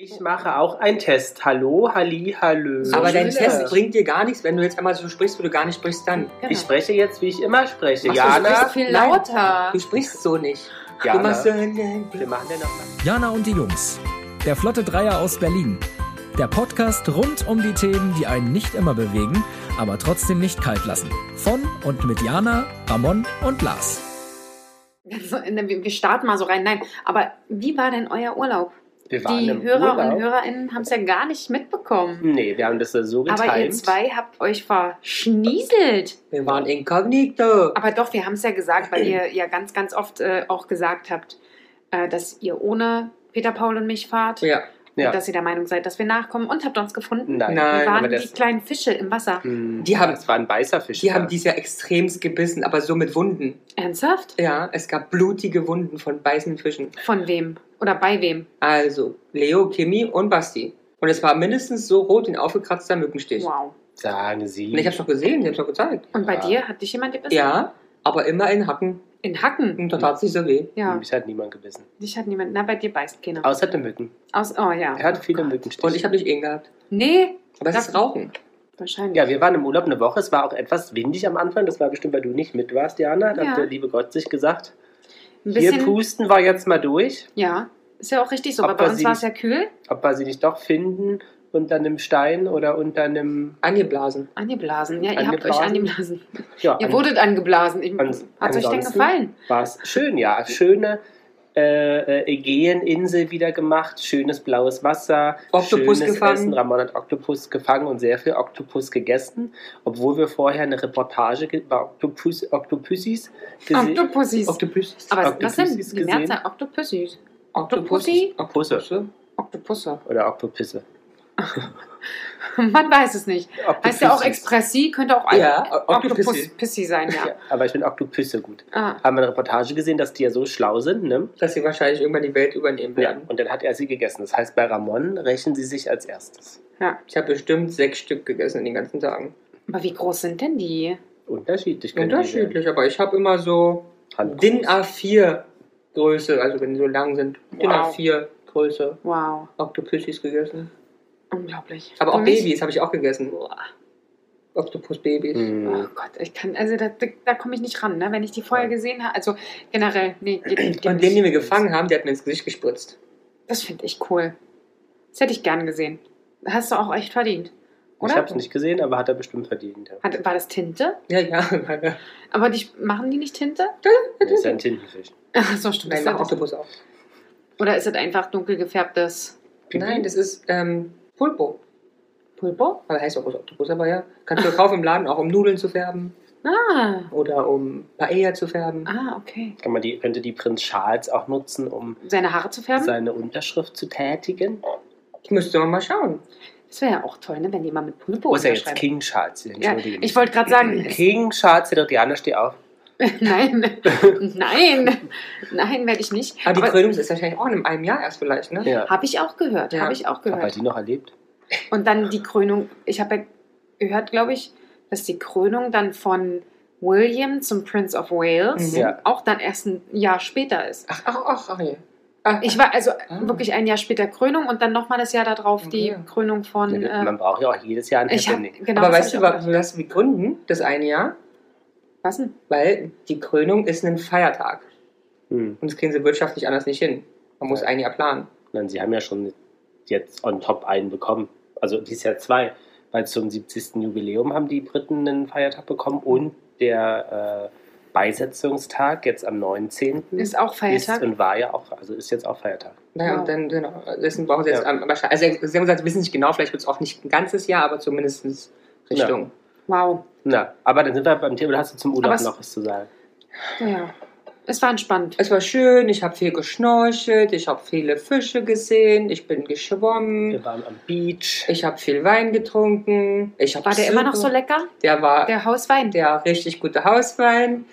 Ich mache auch einen Test. Hallo, Halli, Hallö. Aber dein Test bringt dir gar nichts, wenn du jetzt einmal so sprichst, wo du gar nicht sprichst, dann. Genau. Ich spreche jetzt, wie ich immer spreche. Ach, Jana, Du sprichst viel lauter. Du sprichst so nicht. Jana. Du machst so... Wir machen den nochmal. Jana und die Jungs. Der Flotte Dreier aus Berlin. Der Podcast rund um die Themen, die einen nicht immer bewegen, aber trotzdem nicht kalt lassen. Von und mit Jana, Ramon und Lars. Wir starten mal so rein. Nein, aber wie war denn euer Urlaub? Wir waren Die im Hörer Urlaub. und Hörerinnen haben es ja gar nicht mitbekommen. Nee, wir haben das so geteilt. Aber ihr zwei habt euch verschnieselt. Wir waren inkognito. Aber doch, wir haben es ja gesagt, weil ihr ja ganz, ganz oft auch gesagt habt, dass ihr ohne Peter, Paul und mich fahrt. Ja. Ja. Und dass ihr der Meinung seid, dass wir nachkommen und habt uns gefunden. Nein, Wir Nein, waren aber die das, kleinen Fische im Wasser. Die haben- es war ein weißer Fisch. Die haben dies ja extremst gebissen, aber so mit Wunden. Ernsthaft? Ja, es gab blutige Wunden von beißenden Fischen. Von wem? Oder bei wem? Also Leo, Kimi und Basti. Und es war mindestens so rot wie ein aufgekratzter Mückenstich. Wow. Sagen Sie. Und ich hab's doch gesehen, die hab's doch gezeigt. Und bei Ja. dir? Hat dich jemand gebissen? Ja, aber immer in Hacken. In Hacken? Und da tat es nicht so weh. Ja. Mich hat niemand gebissen. Dich hat niemand. Na, bei dir beißt keiner. Außer den Mücken. Oh ja. Er hat viele Gott. Mückenstiche. Und ich habe nicht ihn gehabt. Nee, Aber es ist Rauchen. wahrscheinlich. Ja, wir waren im Urlaub eine Woche. Es war auch etwas windig am Anfang. Das war bestimmt, weil du nicht mit warst, Jana. Da Ja. hat der liebe Gott sich gesagt. Ein Hier bisschen. pusten wir jetzt mal durch. Ja, ist ja auch richtig so. Ob Aber bei wir uns sie war es ja nicht- kühl. Ob wir sie nicht doch finden unter einem Stein oder unter einem... Angeblasen. Angeblasen. Ja, ihr habt euch Angeblasen? angeblasen. Ja, Ihr wurdet angeblasen. Hat es euch denn ansonsten gefallen? War es schön, ja. Schöne Ägäeninsel wieder gemacht. Schönes blaues Wasser. Oktopus schönes gefangen. Essen. Ramon hat Oktopus gefangen und sehr viel Oktopus gegessen. Obwohl wir vorher eine Reportage über Oktopussis gesehen Oktopussis. Oktopus. Aber was denn? Oktopussis Die gesehen? Mehrzahl Oktopussis. Oktopussi? Pusse Oktopusse. oder Oktopisse. Man weiß es nicht. Heißt ja auch Expressi, könnte auch Ja, Oktopus Pissi sein, ja. Ja, aber ich finde Oktopüsse gut. Ah. Haben wir eine Reportage gesehen, dass die ja so schlau sind, ne? Dass sie wahrscheinlich irgendwann die Welt übernehmen Ja, werden. und dann hat er sie gegessen. Das heißt, bei Ramon rächen sie sich als erstes. Ja. Ich habe bestimmt 6 Stück gegessen in den ganzen Tagen. Aber wie groß sind denn die? Unterschiedlich. können die Unterschiedlich, aber ich habe immer so werden. DIN A4 Größe, also wenn die so lang sind, DIN Wow. A4 Größe Wow. Oktopussis gegessen. Unglaublich. Aber Für auch mich- Babys habe ich auch gegessen. Boah. Oktopus-Babys. Oh Mhm. Gott, ich kann, also da komme ich nicht ran, ne? Wenn ich die vorher gesehen habe. Also generell, nee, geht Und den, nicht. den wir gefangen haben, der hat mir ins Gesicht gespritzt. Das finde ich cool. Das hätte ich gern gesehen. Hast du auch echt verdient. Ich Oder? habe es nicht gesehen, aber hat er bestimmt verdient. Ja. War das Tinte? Ja, ja. Aber machen die nicht Tinte? Das ist ja ein Tintenfisch. Ach so, stimmt. Nein, Ist mach das- Oktopus auch. Oder ist es einfach dunkel gefärbtes Nein, das ist Pulpo. Pulpo? Aber heißt auch Oktopus, aber ja. Kannst du kaufen im Laden, auch um Nudeln zu färben. Ah, Oder um Paella zu färben. okay. Könnte die Prinz Charles auch nutzen, um Seine Haare zu färben? seine Unterschrift zu tätigen? Ich müsste mal schauen. Das wäre ja auch toll, ne? Wenn jemand mit Pulpo Wo ist er jetzt? unterschreibt. King Charles. Ja, Entschuldige mich. ich wollte gerade sagen, King Charles, der Diana, steh auf. nein, nein, werde ich nicht. Aber die Krönung ist wahrscheinlich auch in einem Jahr erst vielleicht, ne? Ja. Habe ich auch gehört, Ja. habe ich auch Ob er gehört. die noch erlebt? Und dann die Krönung, ich habe ja gehört, glaube ich, dass die Krönung dann von William zum Prince of Wales Mhm. Ja. auch dann erst ein Jahr später ist. Ach, nee. Ach, Ich war also wirklich ein Jahr später Krönung und dann nochmal das Jahr darauf die Okay. Krönung von... Man braucht ja auch jedes Jahr ein ich hab, Happening. genau, aber das weißt du, hab ich auch was wir gründen, das eine Jahr? was denn? Weil die Krönung ist ein Feiertag. Hm. Und das kriegen sie wirtschaftlich anders nicht hin. Man muss Ja. ein Jahr planen. Nein, sie haben ja schon jetzt on top einen bekommen. Also dieses Jahr 2. Weil zum 70. Jubiläum haben die Briten einen Feiertag bekommen und der Beisetzungstag jetzt am 19. Ist auch Feiertag? Ist und war ja auch, also ist jetzt auch Feiertag. Naja, Wow. und dann, genau, deswegen brauchen sie jetzt, Ja. wahrscheinlich, also sie haben gesagt, wir wissen nicht genau, vielleicht wird es auch nicht ein ganzes Jahr, aber zumindest Richtung. Wow. Na, aber dann sind wir beim Thema, hast du zum Urlaub Aber es- noch was zu sagen? Ja. Es war entspannt. Es war schön, ich habe viel geschnorchelt, ich habe viele Fische gesehen, ich bin geschwommen, Wir waren am Beach. ich habe viel Wein getrunken. War der immer noch so lecker? Der war Der Hauswein? der richtig gute Hauswein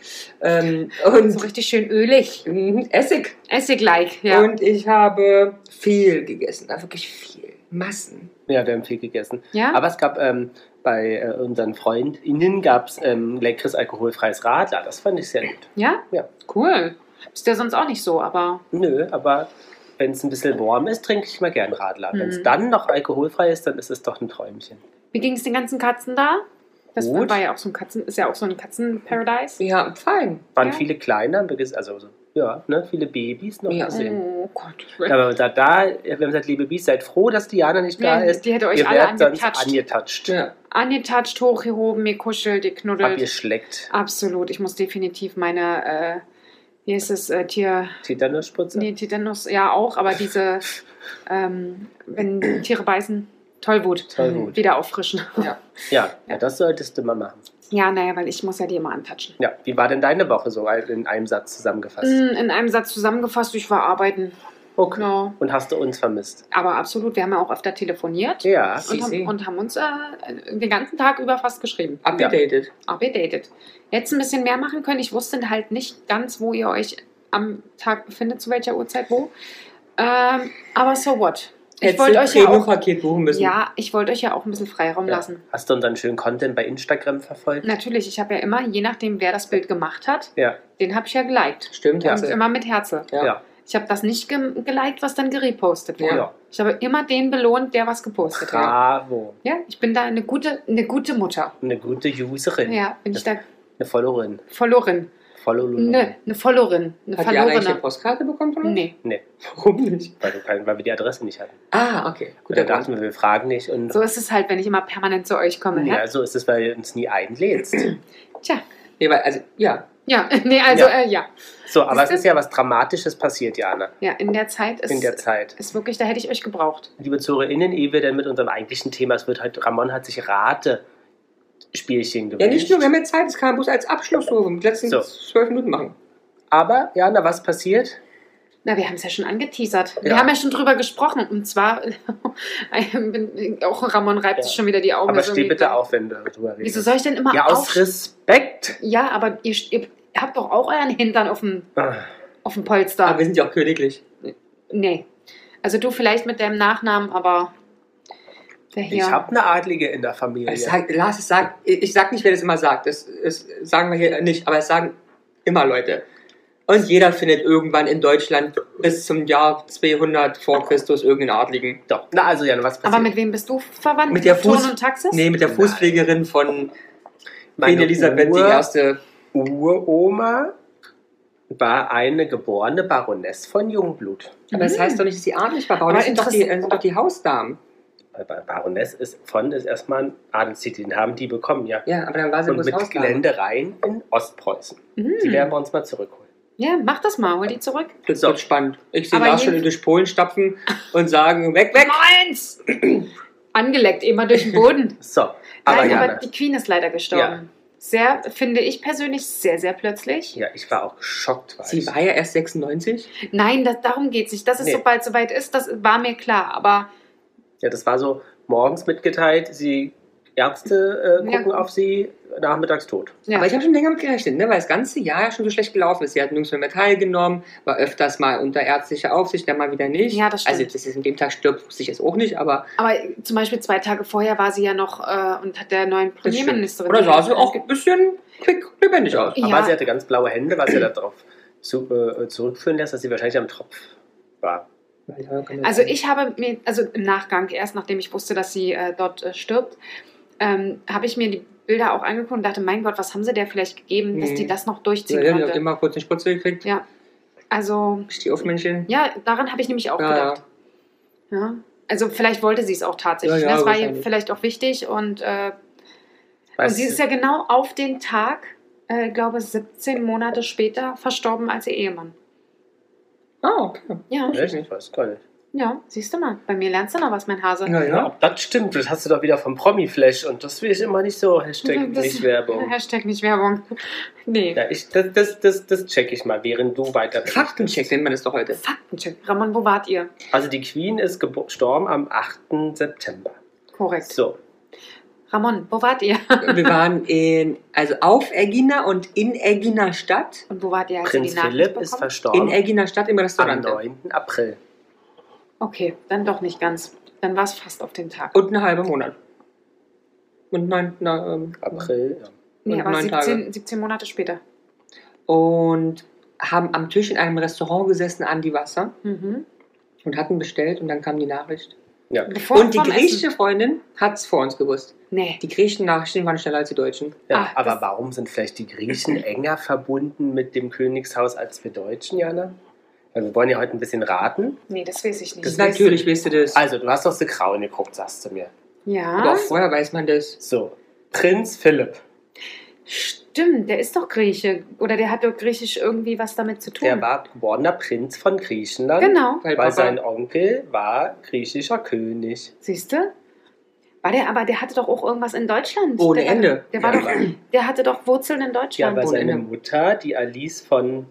und So richtig schön ölig. Essig. Essig-like, ja. Und ich habe viel gegessen, also wirklich viel. Massen. Ja, wir haben viel gegessen. Ja? Aber es gab bei unseren FreundInnen gab es leckeres alkoholfreies Radler. Das fand ich sehr gut. Ja? Ja. Cool. Ist ja sonst auch nicht so, aber Nö, aber wenn es ein bisschen warm ist, trinke ich mal gern Radler. Wenn es Mhm. dann noch alkoholfrei ist, dann ist es doch ein Träumchen. Wie ging es den ganzen Katzen da? Das Gut. war ja auch so ein ist ja auch so ein Katzenparadise. Ja, fein. Waren Ja. viele kleine, also so, ja, ne, viele Babys noch Ja. gesehen. Oh Gott. Aber wir haben gesagt, liebe Babys, seid froh, dass Diana nicht da Ja, ist. die hätte euch Ihr alle werdet sonst angetatscht. angetatscht. Ja. Angetatscht, hochgehoben, gekuschelt, geknuddelt. Abgeschleckt. Absolut. Ich muss definitiv meine, wie heißt es, Tetanusspritze. Nee, Tetanus, ja auch, aber diese, wenn Tiere beißen, Tollwut. Tollwut. Wieder auffrischen. Ja, das solltest du mal machen. Ja, naja, weil ich muss ja die immer antatschen. Ja, wie war denn deine Woche so in einem Satz zusammengefasst? In einem Satz zusammengefasst, ich war arbeiten. Okay. Ja. Und hast du uns vermisst? Aber absolut, wir haben ja auch öfter telefoniert Ja. und haben uns den ganzen Tag über fast geschrieben. Abgedatet. Updated. Jetzt ein bisschen mehr machen können. Ich wusste halt nicht ganz, wo ihr euch am Tag befindet, zu welcher Uhrzeit wo. Aber so what? Ich wollte euch ja auch, Paket buchen müssen. ja, ich wollte euch ja auch ein bisschen Freiraum Ja. lassen. Hast du unseren schönen Content bei Instagram verfolgt? Natürlich, ich habe ja immer, je nachdem, wer das Bild gemacht hat, Ja. den habe ich ja geliked. Stimmt, Ja. Und immer mit Herze. Ja. Ja. Ich habe das nicht geliked, was dann gerepostet wurde. Ja. Ich habe immer den belohnt, der was gepostet hat. Bravo. Ja, ich bin da eine gute Mutter. Eine gute Userin. Ja, bin ich da Eine Followerin. Followerin. Followerin. Eine Followerin. Eine Hat die eigentlich eine verlorene. Postkarte bekommen von uns? Nee. Nee, Warum nicht? weil wir die Adresse nicht hatten. Ah, okay. Und Gut, dann dachten wir fragen nicht. Und So ist es halt, wenn ich immer permanent zu euch komme. ja, Ja, so ist es, weil ihr uns nie einlädst. Tja. Nee, weil, also, ja. Ja, nee, also, Ja. ja. So, aber es Siehst du? ist ja was Dramatisches passiert, Jana. Ja, in der Zeit ist, In der Zeit. ist wirklich, da hätte ich euch gebraucht. Liebe ZuhörerInnen, ehe wir denn mit unserem eigentlichen Thema, Ramon hat sich Rate-Spielchen gewünscht. Ja, nicht nur, wir haben ja Zeit, es kam bloß als Abschluss so, mit den letzten So. 12 Minuten machen. Aber, Jana, was passiert? Na, wir haben es ja schon angeteasert. Ja. Wir haben ja schon drüber gesprochen. Und zwar, auch Ramon reibt sich schon wieder die Augen. Aber Das ist steh irgendwie bitte klar. auf, wenn du darüber redest. Wieso soll ich denn immer Ja, aus Respekt. Ja, aber ihr habt doch auch euren Hintern auf dem Ah, Polster. Aber wir sind ja auch königlich. Nee. Also du vielleicht mit deinem Nachnamen, aber der hier. Ich habe eine Adlige in der Familie. Ich sag nicht, wer das immer sagt. Das sagen wir hier nicht, aber es sagen immer Leute. Und jeder findet irgendwann in Deutschland bis zum Jahr 200 vor Christus irgendeinen Adligen. Doch. Na, also, Jana, was passiert? Aber mit wem bist du verwandt? Mit der Ton und Taxis? Nee, mit der Nein. Fußpflegerin von Meine Queen Elisabeth I. Uroma war eine geborene Baroness von Jungblut. Aber das heißt doch nicht, dass sie adlig war. Aber Das sind doch die Hausdamen. Baroness ist erstmal ein Adelstitel, den haben die bekommen, ja. Ja, aber dann war sie Und bloß mit Hausdame. Ländereien in Ostpreußen. Mhm. Die werden wir uns mal zurückholen. Ja, mach das mal, hol die zurück. Das So. wird spannend. Ich sehe Aber Lars schon durch Polen stapfen und sagen, weg, weg. Meins! Angeleckt, immer durch den Boden. So, aber Nein, Jana, aber die Queen ist leider gestorben. Sehr, finde ich persönlich, sehr, sehr plötzlich. ja, ich war auch geschockt. Sie war ja erst 96. Nein, darum geht es nicht. Dass es Nee. sobald soweit ist, das war mir klar. Aber Ja, das war so morgens mitgeteilt, Ärzte gucken Ja. auf sie, nachmittags tot. ja. Aber ich habe schon länger mit gerechnet, ne? Weil das ganze Jahr ja schon so schlecht gelaufen ist. Sie hat nirgends mehr teilgenommen, war öfters mal unter ärztlicher Aufsicht, dann mal wieder nicht. Ja, das stimmt. Also, dass sie an dem Tag stirbt, wusste ich jetzt auch nicht, aber Aber zum Beispiel 2 Tage vorher war sie ja noch und hat der neuen das stimmt. Premierministerin. Oder sah sie auch ein bisschen lebendig aus. Ja. Aber sie hatte ganz blaue Hände, was ja darauf zurückführen lässt, dass sie wahrscheinlich am Tropf war. Also ich habe mir, also im Nachgang, erst nachdem ich wusste, dass sie dort stirbt, habe ich mir die Bilder auch angeguckt und dachte, mein Gott, was haben sie der vielleicht gegeben, dass die das noch durchziehen Ja, die hat konnte. immer kurz eine Spritze gekriegt. Ja, also, Steh auf, Männchen. ja, daran habe ich nämlich auch Ja, gedacht. Ja. Also vielleicht wollte sie es auch tatsächlich. Ja, ne? ja, Das war ihr wahrscheinlich. vielleicht auch wichtig und Weißt sie ist ja genau auf den Tag, glaube 17 Monate später verstorben als ihr Ehemann. Ah, okay. Ja, Echt? Ich weiß gar nicht. ja, siehst du mal. Bei mir lernst du noch was, mein Hase. Ja, Ja, ja. ob das stimmt, das hast du doch wieder vom Promi-Flash und das will ich immer nicht so. Hashtag Das- nicht Werbung. Hashtag nicht Werbung. Nee. Ja, das check ich mal, während du weiter berichtest. Faktencheck nennt man das doch heute. Faktencheck. Ramon, wo wart ihr? Also die Queen ist gestorben am 8. September. Korrekt. So, Ramon, wo wart ihr? Wir waren auf Egina und in Egina Stadt. Und wo wart ihr, als ihr die Prinz Nachricht Philipp ist bekommen? In verstorben Egina Stadt im am Restaurant. 9. April. Okay, dann doch nicht ganz. Dann war es fast auf den Tag. Und einen halben Monat. Und April, ja. Nee, und aber 9 17 Monate später. Und haben am Tisch in einem Restaurant gesessen an die Wasser. Mhm. Und hatten bestellt und dann kam die Nachricht. Ja. Und die griechische Freundin hat es vor uns gewusst. Nee. Die griechischen Nachrichten waren schneller als die deutschen. Ja, Ach, aber das- warum sind vielleicht die Griechen enger verbunden mit dem Königshaus als wir Deutschen, Jana? Weil wir wollen ja heute ein bisschen raten. Nee, das weiß ich nicht. Das Natürlich weißt du das. Also, du hast doch The Crown geguckt, sagst du mir. ja, Aber auch vorher weiß man das. So, Prinz Philipp, stimmt, der ist doch Grieche. Oder der hat doch griechisch irgendwie was damit zu tun. der war geborener Prinz von Griechenland, Genau, Weil weil Papa, sein Onkel war griechischer König. siehst du? Aber der hatte doch auch irgendwas in Deutschland. Ohne der, Ende. Der, war Ja, doch, aber- der hatte doch Wurzeln in Ja, Deutschland. aber ohne seine Ende. Mutter, die Alice von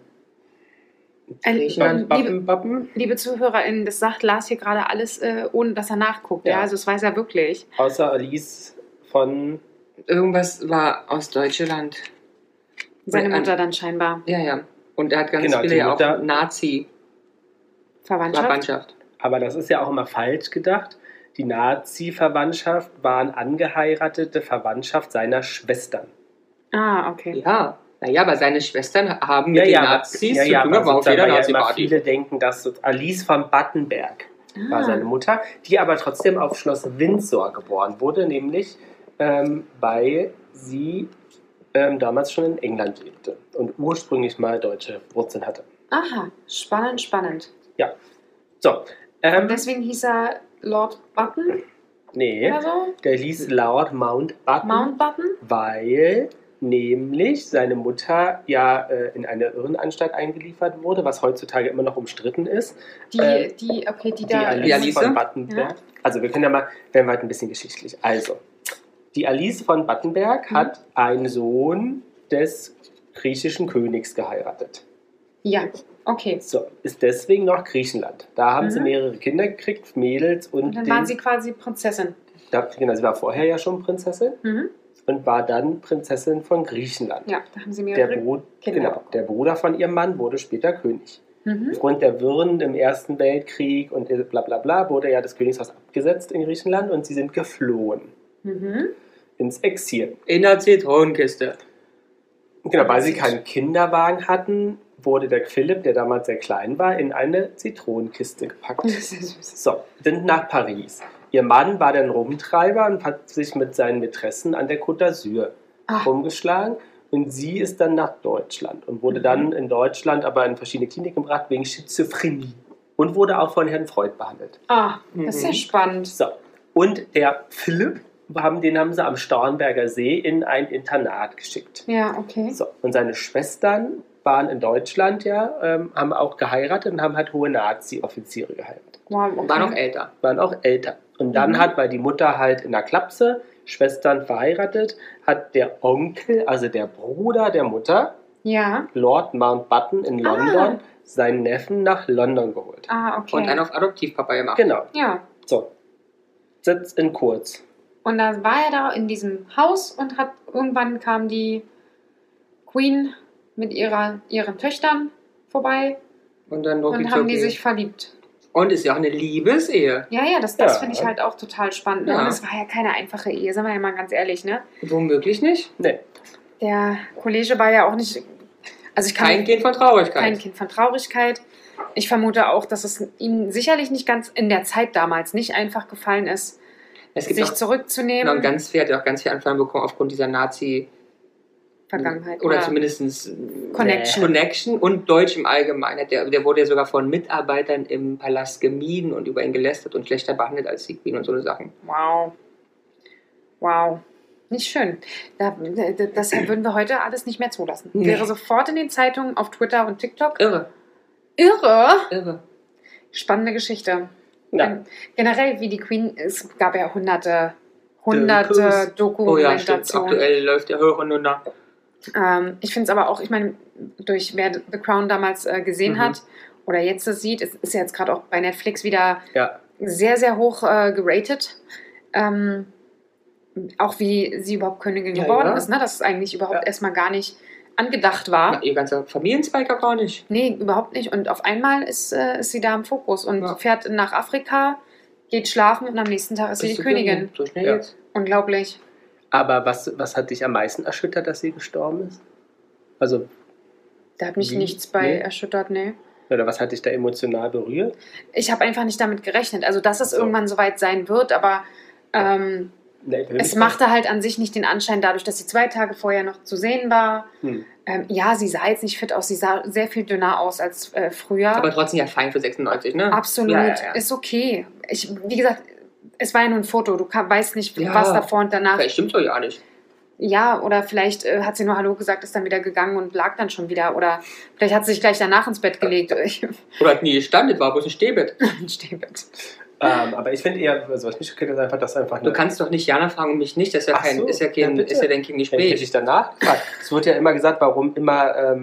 Griechenland. Bappen, Liebe ZuhörerInnen, das sagt Lars hier gerade alles, ohne dass er nachguckt. Ja. Ja. Also das weiß er wirklich. außer Alice von... irgendwas war aus Deutschland. Seine An- Mutter dann scheinbar. Ja, ja. Und er hat ganz Genau, viele die ja auch Mutter- Verwandtschaft. Nazi-Verwandtschaft. Aber das ist ja auch immer falsch gedacht. Die Nazi-Verwandtschaft waren angeheiratete Verwandtschaft seiner Schwestern. Ah, okay. Ja. Naja, aber seine Schwestern haben mit den Nazis zu tun, aber aber auf sozusagen, jeder weil ja immer Nazi-Party. viele denken, dass so Alice von Battenberg war seine Mutter, die aber trotzdem auf Schloss Windsor geboren wurde, nämlich weil sie damals schon in England lebte und ursprünglich mal deutsche Wurzeln hatte. Aha, spannend, spannend. Ja. So. Und deswegen hieß er Lord Button Nee, oder so? der hieß Lord Mountbatten, Mountbatten? weil nämlich seine Mutter ja in eine Irrenanstalt eingeliefert wurde, was heutzutage immer noch umstritten ist. Die Die da. Alice, Alice? von Battenberg. Also wir können ja mal, werden wir halt ein bisschen geschichtlich. Also, die Alice von Battenberg hat einen Sohn des griechischen Königs geheiratet. Ja, okay. So, ist deswegen noch Griechenland. Da haben sie Mhm. mehrere Kinder gekriegt, Mädels Und dann waren sie quasi Prinzessin. genau, sie war vorher ja schon Prinzessin Mhm. und war dann Prinzessin von Griechenland. Ja, da haben sie Der, mehrere Kinder. genau, der Bruder von ihrem Mann wurde später König. Mhm. Aufgrund der Wirren im Ersten Weltkrieg und bla bla bla wurde ja das Königshaus abgesetzt in Griechenland und sie sind geflohen Mhm. ins Exil. In der Zitronenkiste. Genau, weil sie keinen Kinderwagen hatten, wurde der Philipp, der damals sehr klein war, in eine Zitronenkiste gepackt. Das ist ja süß. So, sind nach Paris. Ihr Mann war dann Rumtreiber und hat sich mit seinen Mätressen an der Côte d'Azur Ah. rumgeschlagen. Und sie ist dann nach Deutschland und wurde dann in Deutschland aber in verschiedene Kliniken gebracht wegen Schizophrenie. Und wurde auch von Herrn Freud behandelt. Ah, das ist ja Mhm. spannend. So, und der Philipp, den haben sie am Starnberger See in ein Internat geschickt. Ja, okay. So, und seine Schwestern waren in Deutschland ja, haben auch geheiratet und haben halt hohe Nazi-Offiziere geheiratet. Wow, Und war noch okay. älter. Waren auch älter. Und dann Mhm. hat, weil die Mutter halt in der Klapse Schwestern verheiratet, hat der Onkel, also der Bruder der Mutter, Ja. Lord Mountbatten in Ah. London, seinen Neffen nach London geholt. Ah, okay. Und einen auf Adoptivpapa gemacht. Genau. Ja. So. Sitz in kurz. Und da war er da in diesem Haus und hat irgendwann kam die Queen mit ihren Töchtern vorbei Und dann und haben die sich verliebt. Und ist ja auch eine Liebesehe. Ja, das Ja. finde ich halt auch total spannend. Ne? Ja. Und es war ja keine einfache Ehe, sagen wir ja mal ganz ehrlich, ne? Womöglich nicht. Nee. Der Kollege war ja auch nicht. Also ich kann Kein Kind von Traurigkeit. kein Kind von Traurigkeit. Ich vermute auch, dass es ihm sicherlich nicht ganz in der Zeit damals nicht einfach gefallen ist, Es gibt sich auch zurückzunehmen. noch ganz viel, hat auch ganz viel Anfang bekommen aufgrund dieser Nazi- Vergangenheit. oder zumindest Connection und Deutsch im Allgemeinen. Der wurde ja sogar von Mitarbeitern im Palast gemieden und über ihn gelästert und schlechter behandelt als die Queen und so eine Sachen. Wow. Wow. Nicht schön. Deshalb würden wir heute alles nicht mehr zulassen. Nee. Wäre sofort in den Zeitungen, auf Twitter und TikTok. Irre. Irre. Spannende Geschichte. Ja. Generell, wie die Queen, es gab ja hunderte Oh ja, stimmt. Dokumentationen. Aktuell läuft der Hörer nur nach. Ich finde es aber auch, ich meine, durch wer The Crown damals gesehen Mhm. hat oder jetzt das sieht, es ist ja jetzt gerade auch bei Netflix wieder Ja. sehr, sehr hoch geratet. Auch wie sie überhaupt Königin Ja, geworden ja. ist, ne? Dass es eigentlich überhaupt Ja. erstmal gar nicht angedacht war. Na, ihr ganzer Familienzweig auch gar nicht. Nee, überhaupt nicht. Und auf einmal ist sie da im Fokus und Ja. fährt nach Afrika, geht schlafen und am nächsten Tag ist sie die Bist du Königin. So schnell Ja. jetzt. Unglaublich. Aber was hat dich am meisten erschüttert, dass sie gestorben ist? Also, Da hat mich Wie? nichts bei Nee. erschüttert, nee. Oder was hat dich da emotional berührt? Ich habe einfach nicht damit gerechnet. Also, dass es irgendwann soweit sein wird, aber es machte halt an sich nicht den Anschein, dadurch, dass sie 2 Tage vorher noch zu sehen war. Ja, sie sah jetzt nicht fit aus, sie sah sehr viel dünner aus als früher. Aber trotzdem ja fein für 96, ne? Absolut, Ja. ist okay. Wie gesagt, es war ja nur ein Foto, du weißt nicht, Ja. was davor und danach. Vielleicht stimmt doch ja nicht. Ja, oder vielleicht hat sie nur Hallo gesagt, ist dann wieder gegangen und lag dann schon wieder. Oder vielleicht hat sie sich gleich danach ins Bett gelegt. Oder hat nie gestanden, war bloß ein Stehbett. Ein Stehbett. Aber ich finde eher, also was mich schockiert, ist einfach, dass einfach Du kannst doch nicht Jana fragen und mich nicht, das ist ja Ach kein, so, ist ja kein hätte Gespräch. ich danach gefragt. Es wird ja immer gesagt, warum immer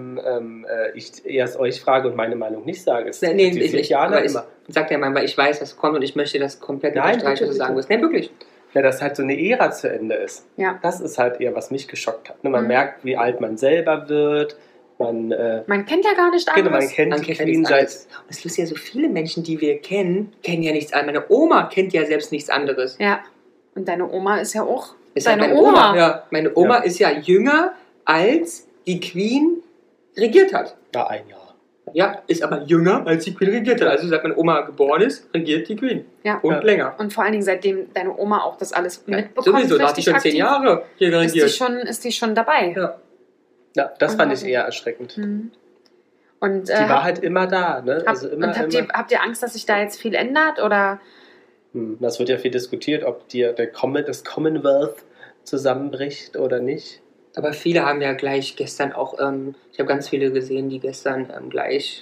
ich erst euch frage und meine Meinung nicht sage. Es Nee, kritisiert ich Jana aber immer. Sag ja mal, weil ich weiß, was kommt und ich möchte das komplett Nein, unterstreichen, was bitte, du sagen bitte. willst. Nee, wirklich. Ja, dass halt so eine Ära zu Ende ist. Ja. Das ist halt eher, was mich geschockt hat. Ne? Man Mhm. merkt, wie alt man selber wird. Man kennt ja gar nicht genau, man anderes. kennt Man die kennt ja Queen nichts seit... anderes. Und es ist ja so viele Menschen, die wir kennen, kennen ja nichts anderes. Meine Oma kennt ja selbst nichts anderes. Ja. Und deine Oma ist ja auch Ist deine halt Oma. Ja, meine Oma Ja. ist ja jünger, als die Queen regiert hat. Ja, ein Jahr. Ja, ist aber jünger, als die Queen regiert hat. Also seit meine Oma geboren ist, regiert die Queen. Ja. Und Ja. länger. Und vor allen Dingen, seitdem deine Oma auch das alles mitbekommt, Sowieso, da hat die schon 10 aktiv, Jahre hier regiert. ist die schon dabei. Ja. Ja, das fand ich eher erschreckend. Mhm. Und, Die war halt immer da. Ne? habt ihr Angst, dass sich da jetzt viel ändert? Oder? Das wird ja viel diskutiert, ob das Commonwealth zusammenbricht oder nicht. Aber viele haben ja gleich gestern auch, ich habe ganz viele gesehen, die gestern gleich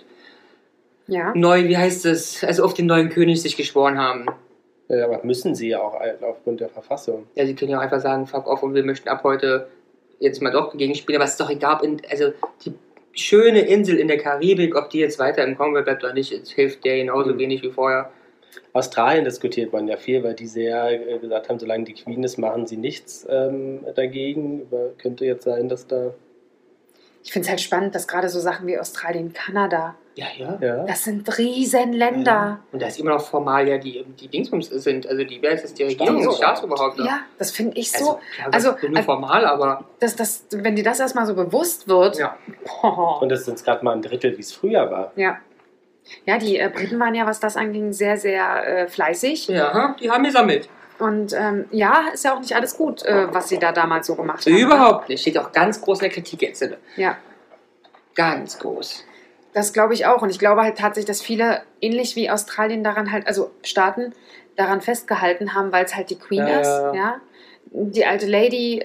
Ja. neu, wie heißt es, also auf den neuen König sich geschworen haben. Ja, aber müssen sie ja auch aufgrund der Verfassung. Ja, sie können ja auch einfach sagen, fuck off und wir möchten ab heute jetzt mal doch gegenspielen, aber es ist doch egal, also die schöne Insel in der Karibik, ob die jetzt weiter im Commonwealth bleibt oder nicht, es hilft der genauso wenig wie vorher. Australien diskutiert man ja viel, weil die sehr gesagt haben, solange die Queen ist, machen sie nichts dagegen. Aber könnte jetzt sein, dass da... Ich finde es halt spannend, dass gerade so Sachen wie Australien, Kanada, Ja. Ja, das sind Riesenländer. Und da ist immer noch formal ja die Dingsbums sind, also die, wer ist das, die Regierung, das Staatsoberhaupt. Ja, das finde ich so. Also nur formal, aber Wenn dir das erstmal so bewusst wird. ja. Boah. und das ist jetzt gerade mal ein Drittel, wie es früher war. Ja. Ja, die Briten waren ja, was das anging, sehr, sehr fleißig. Ja, die haben gesammelt. Und ja, ist ja auch nicht alles gut, was sie da damals so gemacht haben. Überhaupt nicht. Steht auch ganz groß in der Kritik jetzt. Ja, Ganz groß. das glaube ich auch. Und ich glaube halt tatsächlich, dass viele, ähnlich wie Australien, daran halt, also Staaten, daran festgehalten haben, weil es halt die Queen Ja, ist. ja. Ja. Die alte Lady,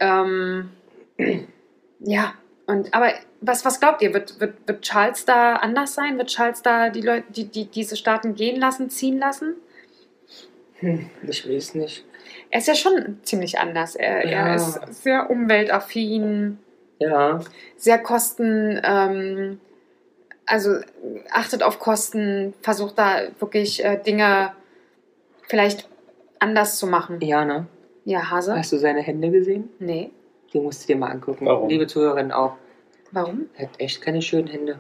ja. Aber was glaubt ihr? Wird Charles da anders sein? Wird Charles da die Leute, diese Staaten gehen lassen, ziehen lassen? Ich weiß nicht. Er ist ja schon ziemlich anders. Er Ja. ist sehr umweltaffin, Ja. sehr also achtet auf Kosten, versucht da wirklich Dinge vielleicht anders zu machen. Ja, ne? Ja, Hase? Hast du seine Hände gesehen? Nee. Die musst du dir mal angucken. Warum? Liebe Zuhörerinnen auch. Warum? Er hat echt keine schönen Hände.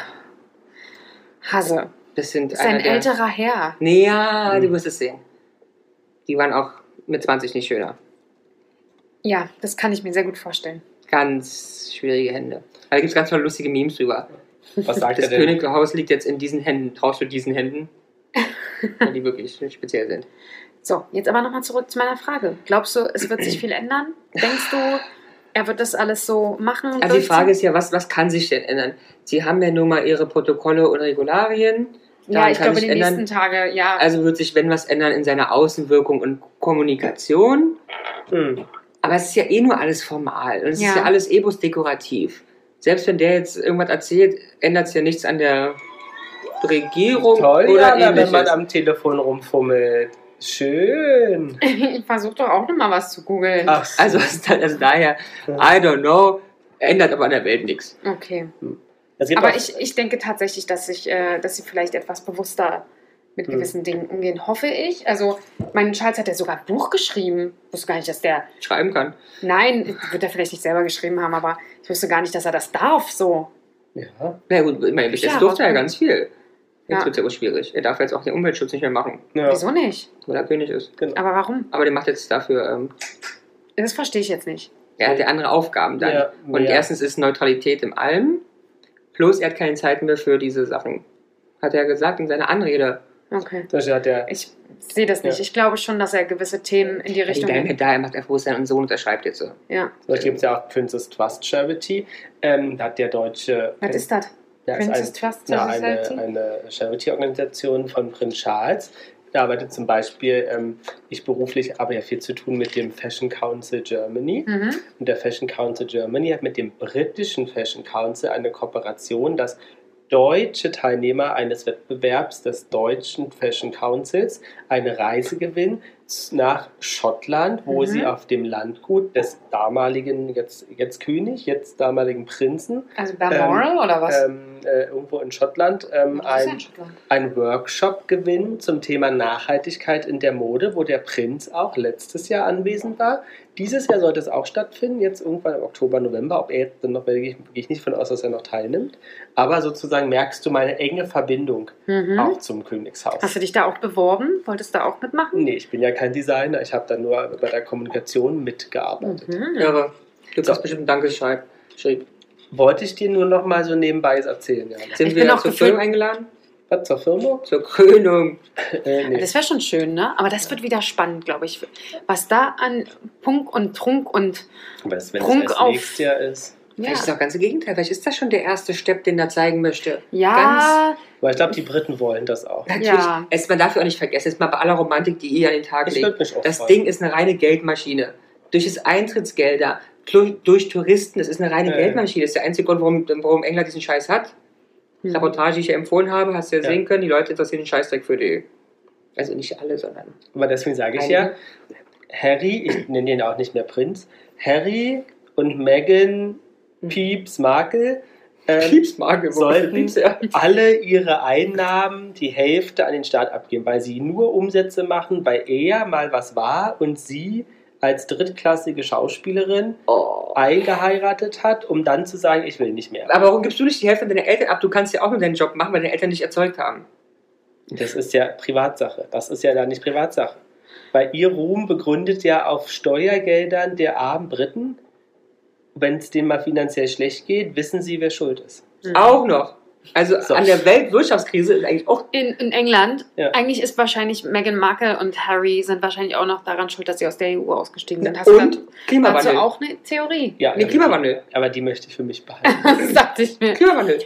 Hase. Das sind Ist ein einer der... älterer Herr. Nee, ja, du wirst es sehen. Die waren auch mit 20 nicht schöner. Ja, das kann ich mir sehr gut vorstellen. Ganz schwierige Hände. Da gibt es ganz viele lustige Memes drüber. Was sagt Das er denn? Könighaus liegt jetzt in diesen Händen. Traust du diesen Händen? Weil die wirklich speziell sind. So, jetzt aber nochmal zurück zu meiner Frage. Glaubst du, es wird sich viel ändern? Denkst du, er wird das alles so machen? Also die Frage ist ja, was kann sich denn ändern? Sie haben ja nun mal ihre Protokolle und Regularien. Ja, Daran ich kann glaube, sich die ändern. nächsten Tage, ja. Also wird sich, wenn was ändern, in seiner Außenwirkung und Kommunikation. Aber es ist ja eh nur alles formal. Und es ist ja alles eh bloß dekorativ. Selbst wenn der jetzt irgendwas erzählt, ändert es ja nichts an der Regierung Toll, oder ja, wenn man ähnliches. am Telefon rumfummelt. Schön. Ich versuche doch auch nochmal was zu googeln. Ach so. Also daher, I don't know, ändert aber an der Welt nichts. Okay. Es gibt Aber auch- ich denke tatsächlich, dass sie vielleicht etwas bewusster mit gewissen Dingen umgehen, hoffe ich. Also, mein Charles hat ja sogar ein Buch geschrieben. Ich wusste gar nicht, dass der... Schreiben kann. Nein, wird er vielleicht nicht selber geschrieben haben, aber ich wusste gar nicht, dass er das darf, so. Ja. Na gut, ich meine, bis jetzt Ja, durfte er aber- ganz viel. Jetzt Ja. wird es ja wohl schwierig. Er darf jetzt auch den Umweltschutz nicht mehr machen, Ja. Wieso nicht? weil er König ist. Aber warum? Aber der macht jetzt dafür, Das verstehe ich jetzt nicht. er hat ja andere Aufgaben dann. Ja, Und ja. erstens ist Neutralität im Allem, plus er hat keine Zeit mehr für diese Sachen. hat er gesagt in seiner Anrede. Okay. Ich sehe das nicht. Ja. Ich glaube schon, dass er gewisse Themen in die Richtung... Er macht einfach seinen Sohn unterschreibt jetzt so. Ja. Zum Beispiel gibt es ja auch Princess Trust Charity. Da hat der deutsche... Was ist das? Princess Trust Charity? Eine Charity-Organisation von Prinz Charles. Da arbeitet zum Beispiel, ich beruflich habe ja viel zu tun mit dem Fashion Council Germany. Und der Fashion Council Germany hat mit dem britischen Fashion Council eine Kooperation, dass deutsche Teilnehmer eines Wettbewerbs des deutschen Fashion Councils eine Reise gewinnen nach Schottland, wo sie auf dem Landgut des damaligen, jetzt König, jetzt damaligen Prinzen, also Balmoral oder was? Irgendwo in Schottland, einen Workshop gewinnen zum Thema Nachhaltigkeit in der Mode, wo der Prinz auch letztes Jahr anwesend war. Dieses Jahr sollte es auch stattfinden, jetzt irgendwann im Oktober, November. Ob er jetzt dann noch, gehe ich nicht von aus, dass er noch teilnimmt. Aber sozusagen merkst du meine enge Verbindung auch zum Königshaus. Hast du dich da auch beworben? Wolltest du da auch mitmachen? Nee, ich bin ja kein Designer. Ich habe da nur bei der Kommunikation mitgearbeitet. Ja, du hast bestimmt einen Dankeschrieb. Wollte ich dir nur noch mal so nebenbei erzählen. Ja. Sind wir zur Krönung eingeladen? Was, zur Firma? Zur Krönung. Nee. Das wäre schon schön, ne? Aber das wird wieder spannend, glaube ich. Was da an Punk und Trunk und Prunk auf... nächstes Jahr ist. Ja. Vielleicht ist das ganze Gegenteil. Vielleicht ist das schon der erste Step, den er zeigen möchte. Ja. Aber ich glaube, die Briten wollen das auch. Natürlich. Ja. Man darf ja auch nicht vergessen, jetzt mal bei aller Romantik, die ihr an den Tag legt. Das Ding ist eine reine Geldmaschine. Durch das Eintrittsgelder, durch Touristen, das ist eine reine Geldmaschine. Das ist der einzige Grund, warum England diesen Scheiß hat. Reportage, die ich ja empfohlen habe, hast du ja sehen können, die Leute interessieren den Scheißdreck für die. Also nicht alle, sondern... Aber deswegen sage ich ja, Harry, ich nenne ihn auch nicht mehr Prinz, Harry und Meghan Pieps Markle sollten alle ihre Einnahmen, die Hälfte an den Staat abgeben, weil sie nur Umsätze machen, weil er mal was war und sie als drittklassige Schauspielerin eingeheiratet hat, um dann zu sagen, ich will nicht mehr. Aber warum gibst du nicht die Hälfte deiner Eltern ab? Du kannst ja auch nur deinen Job machen, weil deine Eltern dich erzeugt haben. Das ist ja Privatsache. Das ist ja da nicht Privatsache. Weil ihr Ruhm begründet ja auf Steuergeldern der armen Briten. Wenn es denen mal finanziell schlecht geht, wissen sie, wer schuld ist. Auch noch. Also an der Weltwirtschaftskrise ist eigentlich auch... In England, eigentlich ist wahrscheinlich Meghan Markle und Harry sind wahrscheinlich auch noch daran schuld, dass sie aus der EU ausgestiegen sind. Und Klimawandel. Dazu auch eine Theorie? Ja, Klimawandel. Aber die möchte ich für mich behalten. Das dachte ich mir. Klimawandel.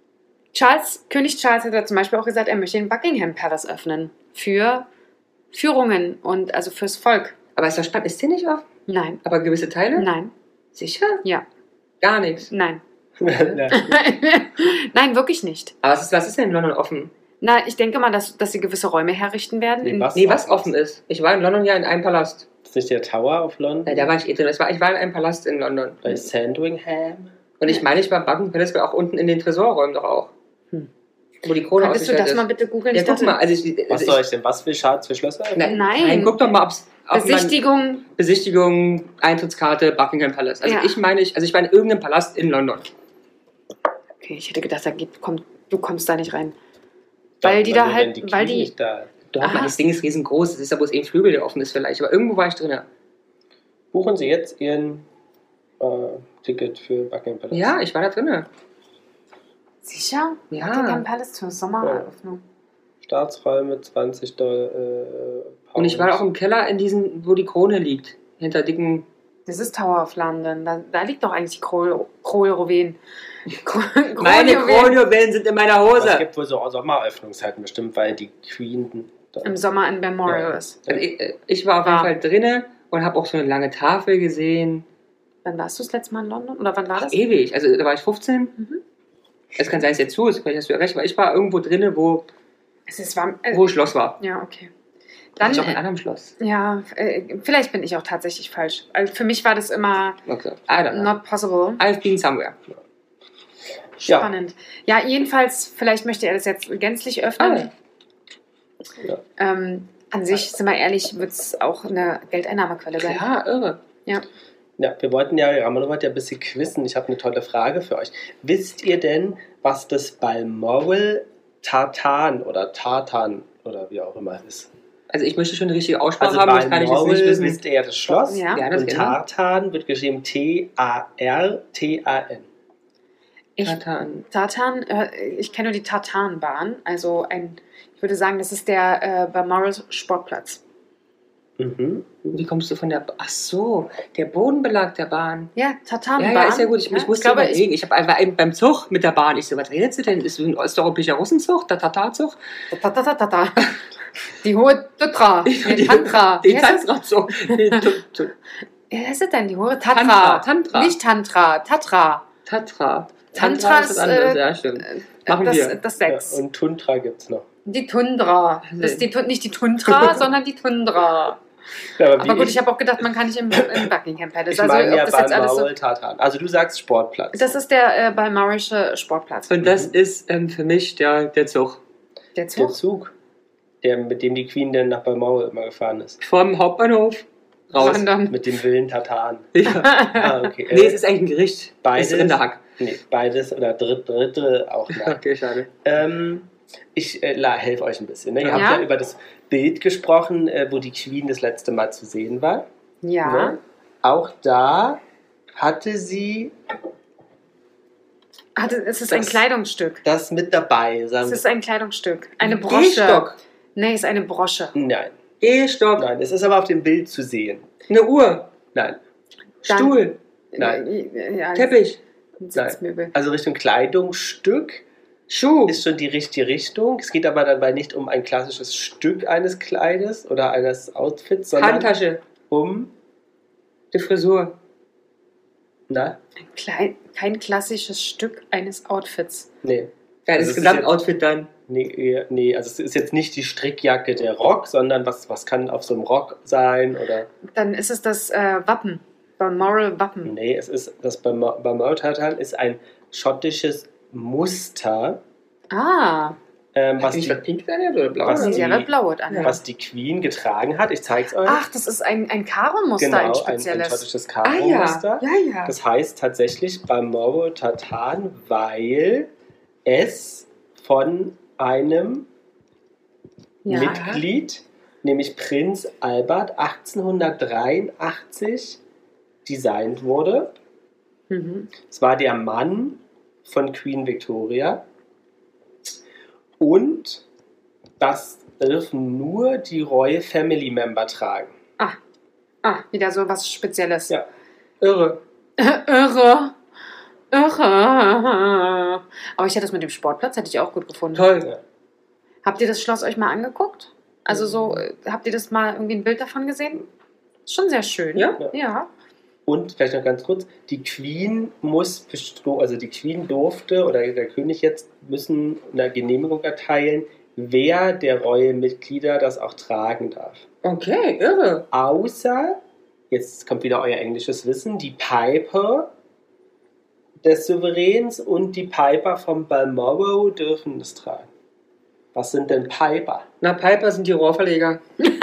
König Charles hat ja zum Beispiel auch gesagt, er möchte den Buckingham Palace öffnen. Für Führungen und also fürs Volk. Aber ist der Stand, ist der nicht offen? Nein. Aber gewisse Teile? Nein. Sicher? Ja. Gar nichts? Nein. Nein, wirklich nicht. Aber was ist denn in London offen? Na, ich denke mal, dass sie gewisse Räume herrichten werden. Was offen ist. Ich war in London ja in einem Palast. Ist nicht der Tower of London? Ja, da war ich drin. Ich war in einem Palast in London. Bei Sandringham? Und ich meine, ich war im Buckingham Palace auch unten in den Tresorräumen doch auch. Wo die Krone Könntest du das mal bitte googeln? Ja, guck mal. Was soll ich denn? Was will Schatz für Schlösser? Nein, guck doch mal, ob's... Besichtigung, Eintrittskarte, Buckingham Palace. Also ich meine, ich war in irgendeinem Palast in London. Okay, ich hätte gedacht, du kommst da nicht rein. Weil die da halt... Doch, das Ding ist riesengroß. Das ist ja bloß ein Flügel, der offen ist vielleicht. Aber irgendwo war ich drin. Buchen Sie jetzt Ihren Ticket für Buckingham Palace. Ja, ich war da drin. Sicher? Ja. Buckingham Palace zur Sommereröffnung. Staatsräume, $20. Und ich war auch im Keller in diesen, wo die Krone liegt. Hinter dicken... Das ist Tower of London. Da liegt doch eigentlich die Kronjuwelen. Meine Kronjuwelen sind in meiner Hose. Es gibt wohl so Sommeröffnungszeiten bestimmt, weil die Queen... Im Sommer in Balmoral ist. Also ich war auf jeden Fall drinnen und habe auch so eine lange Tafel gesehen. Wann warst du das letzte Mal in London? Oder wann war das? Ewig. Also da war ich 15. Es kann sein, dass jetzt zu ist. Vielleicht hast du ja recht. Weil ich war irgendwo drinnen, wo Schloss war. Ja, okay. Dann ich auch in einem anderen Schloss. Ja, vielleicht bin ich auch tatsächlich falsch. Also für mich war das immer not possible. I've been somewhere. Spannend. Ja, jedenfalls, vielleicht möchte er das jetzt gänzlich öffnen. Ja. An sich, sind wir ehrlich, wird es auch eine Geldeinnahmequelle sein. Ja, irre. Ja. Ja, wir wollten Ramona wollte ja ein bisschen quizzen. Ich habe eine tolle Frage für euch. Wisst ihr denn, was das Balmoral Tartan oder wie auch immer ist? Also ich möchte schon eine richtige Aussprache haben, das kann ich jetzt nicht wissen. Wisst ihr ja das Schloss. Ja. Und Tartan wird geschrieben Tartan. Tartan, ich kenne nur die Tartanbahn. Also ich würde sagen, das ist der Balmoral Sportplatz. Mhm. Wie kommst du von der... Ach so, der Bodenbelag der Bahn. Ja, Tartanbahn. Ja, ist ja gut. Ich musste überlegen. Ich habe einfach beim Zug mit der Bahn, ich so, was redet sie denn? Ist ein osteuropäischer Russenzug? Der Tatar-Zug? Die hohe Tatra. Die Tantra. Die Tantra-Zug. Wie heißt es denn? Die hohe Tatra. Tantra. Nicht Tantra. Tatra. Tantra ist was anderes, ja, stimmt. Machen wir. Das 6. Ja, und Tundra gibt es noch. Die Tundra. Das ist nicht die Tundra, sondern die Tundra. Ja, aber gut, ich habe auch gedacht, man kann nicht im Buckingham Palace. Ich meine ja Balmoral Tartan. Also du sagst Sportplatz. Das ist der balmorische Sportplatz. Und das ist für mich der Zug. Der Zug? Der Zug, mit dem die Queen dann nach Balmoral immer gefahren ist. Vom Hauptbahnhof raus. Mit dem wilden Tartan. Ja. Okay. Nee, es ist eigentlich ein Gericht. Beides. Das ist Rinderhack. Nee, beides oder dritte auch. Okay, schade. Ich helfe euch ein bisschen. Ne? Ihr habt ja über das Bild gesprochen, wo die Queen das letzte Mal zu sehen war. Ja. Ne? Auch da hatte sie... Es ist ein Kleidungsstück. Das mit dabei. Es ist ein Kleidungsstück. Eine Brosche. Gehstock. Nee, es ist eine Brosche. Nein. Gehstock. Nein, es ist aber auf dem Bild zu sehen. Eine Uhr. Nein. Stuhl. Nein. Ja, Teppich. Sitzmöbel. Also Richtung Kleidungsstück Schuh. ist schon die richtige Richtung. Es geht aber dabei nicht um ein klassisches Stück eines Kleides oder eines Outfits, sondern Handtasche. um Die Frisur. Na? Kein klassisches Stück eines Outfits. Nee. Ja, Also das Gesamtoutfit dann. Nee, also es ist jetzt nicht die Strickjacke der Rock, sondern was kann auf so einem Rock sein oder... Dann ist es das Wappen. Balmoral Wappen. Nee, es ist das Balmoral Tartan ist ein schottisches Muster. Was die pink sein oder blau? Was die Queen getragen hat. Ich zeige es euch. Ach, das ist ein Karo-Muster, genau, ein spezielles. Ein schottisches Karo-Muster. Ja. Das heißt tatsächlich Balmoral Tartan, weil es von einem Mitglied, nämlich Prinz Albert, 1883 designt wurde. Es war der Mann von Queen Victoria. Und das dürfen nur die Royal Family Member tragen. Wieder so was Spezielles. Ja. Irre. Aber ich hätte das mit dem Sportplatz, hätte ich auch gut gefunden. Toll. Ja. Habt ihr das Schloss euch mal angeguckt? Also so, habt ihr das mal irgendwie ein Bild davon gesehen? Ist schon sehr schön. Ja. Und vielleicht noch ganz kurz, die Queen die Queen durfte oder der König jetzt müssen eine Genehmigung erteilen, wer der Royal-Mitglieder das auch tragen darf. Okay, irre. Außer, jetzt kommt wieder euer englisches Wissen, die Piper des Souveräns und die Piper vom Balmoral dürfen das tragen. Was sind denn Piper? Na, Piper sind die Rohrverleger.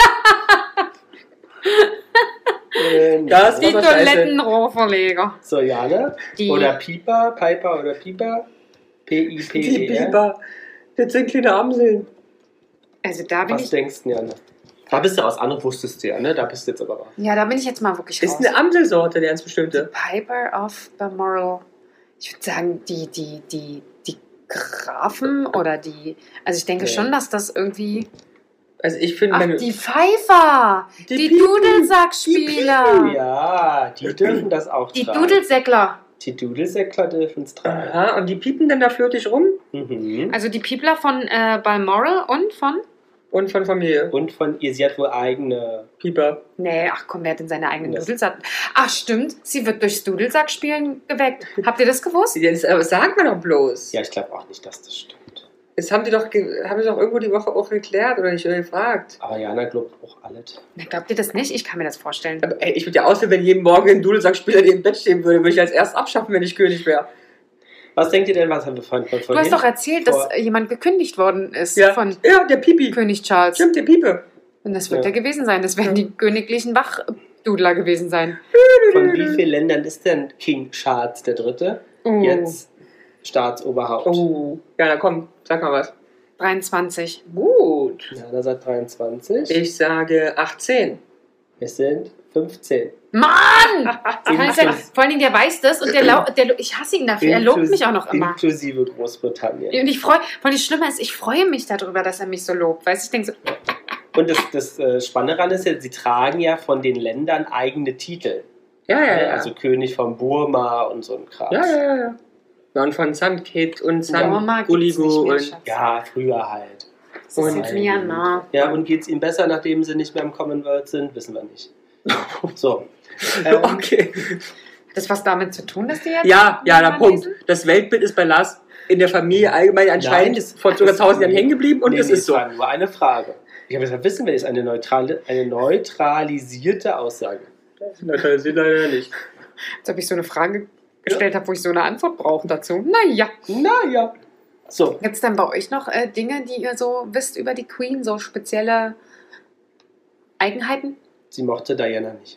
Das die Toilettenrohrverleger. So, Jana? Oder Piper oder Piper? P-I-P-E-R? Die Piper. Das sind kleine Amseln. Also da bin Was denkst du, Jana? Da bist du aus Anruf, wusstest du ja, ne? Da bist du jetzt aber raus. Ja, da bin ich jetzt mal wirklich raus. Ist eine Amselsorte, eine ganz bestimmte. Piper of Balmoral. Ich würde sagen, die Grafen oder die... Also ich denke schon, dass das irgendwie... Also ich finde... die Pfeifer! Die Dudelsackspieler! Ja, die dürfen das auch tragen. Die Dudelsäckler! Die Dudelsäckler dürfen es tragen. Aha, und die piepen dann da flirtig rum? Also die Piepler von Balmoral und von? Und von Familie. Und von ihr, sie hat wohl eigene... Pieper. Nee, ach komm, wer hat denn seine eigenen Dudelsack? Ach stimmt, sie wird durchs Dudelsackspielen geweckt. Habt ihr das gewusst? Ja, das sagt man doch bloß. Ja, ich glaube auch nicht, dass das stimmt. Das haben die doch irgendwo die Woche auch geklärt oder nicht gefragt. Aber Jana glaubt auch alles. Na, glaubt ihr das nicht? Ich kann mir das vorstellen. Aber ey, ich würde ja aussehen, wenn jeden Morgen ein Dudelsackspieler neben dem Bett stehen würde ich als erst abschaffen, wenn ich König wäre. Was denkt ihr denn, was haben wir von Du hast doch erzählt, dass jemand gekündigt worden ist von der Pipi. König Charles. Stimmt, der Piepe. Und das wird er gewesen sein. Das werden die königlichen Wachdudler gewesen sein. Von wie vielen Ländern ist denn King Charles III. Jetzt Staatsoberhaupt? Oh, ja, na komm, sag mal was. 23. Gut. Ja, da sagt 23. Ich sage 18. Es sind 15. Mann! Vor allen Dingen, der weiß das und ich hasse ihn dafür. Er lobt mich auch noch immer. Inklusive Großbritannien. Und vor allem das Schlimme ist, ich freue mich darüber, dass er mich so lobt. Weißt, ich denke so... Und das Spannende daran ist ja, sie tragen ja von den Ländern eigene Titel. Ja. Also König von Burma und so ein Kram. Ja. Und von St. Kitts und St. Gulligo und... Ja, früher halt. Das ist jetzt Myanmar. Ja, und geht es ihm besser, nachdem sie nicht mehr im Commonwealth sind? Wissen wir nicht. So. Okay. Hat das was damit zu tun, dass die jetzt... Ja, der Punkt. Das Weltbild ist bei Lars in der Familie allgemein anscheinend vor sogar 1000 Jahren hängen geblieben und das ist so. Das war nur eine Frage. Ich habe gesagt, wissen wir, ist eine neutralisierte Aussage. Neutralisiert leider nicht. Als ob ich so eine Frage gestellt habe, wo ich so eine Antwort brauche dazu. Naja. So. Gibt es dann bei euch noch Dinge, die ihr so wisst über die Queen, so spezielle Eigenheiten? Sie mochte Diana nicht.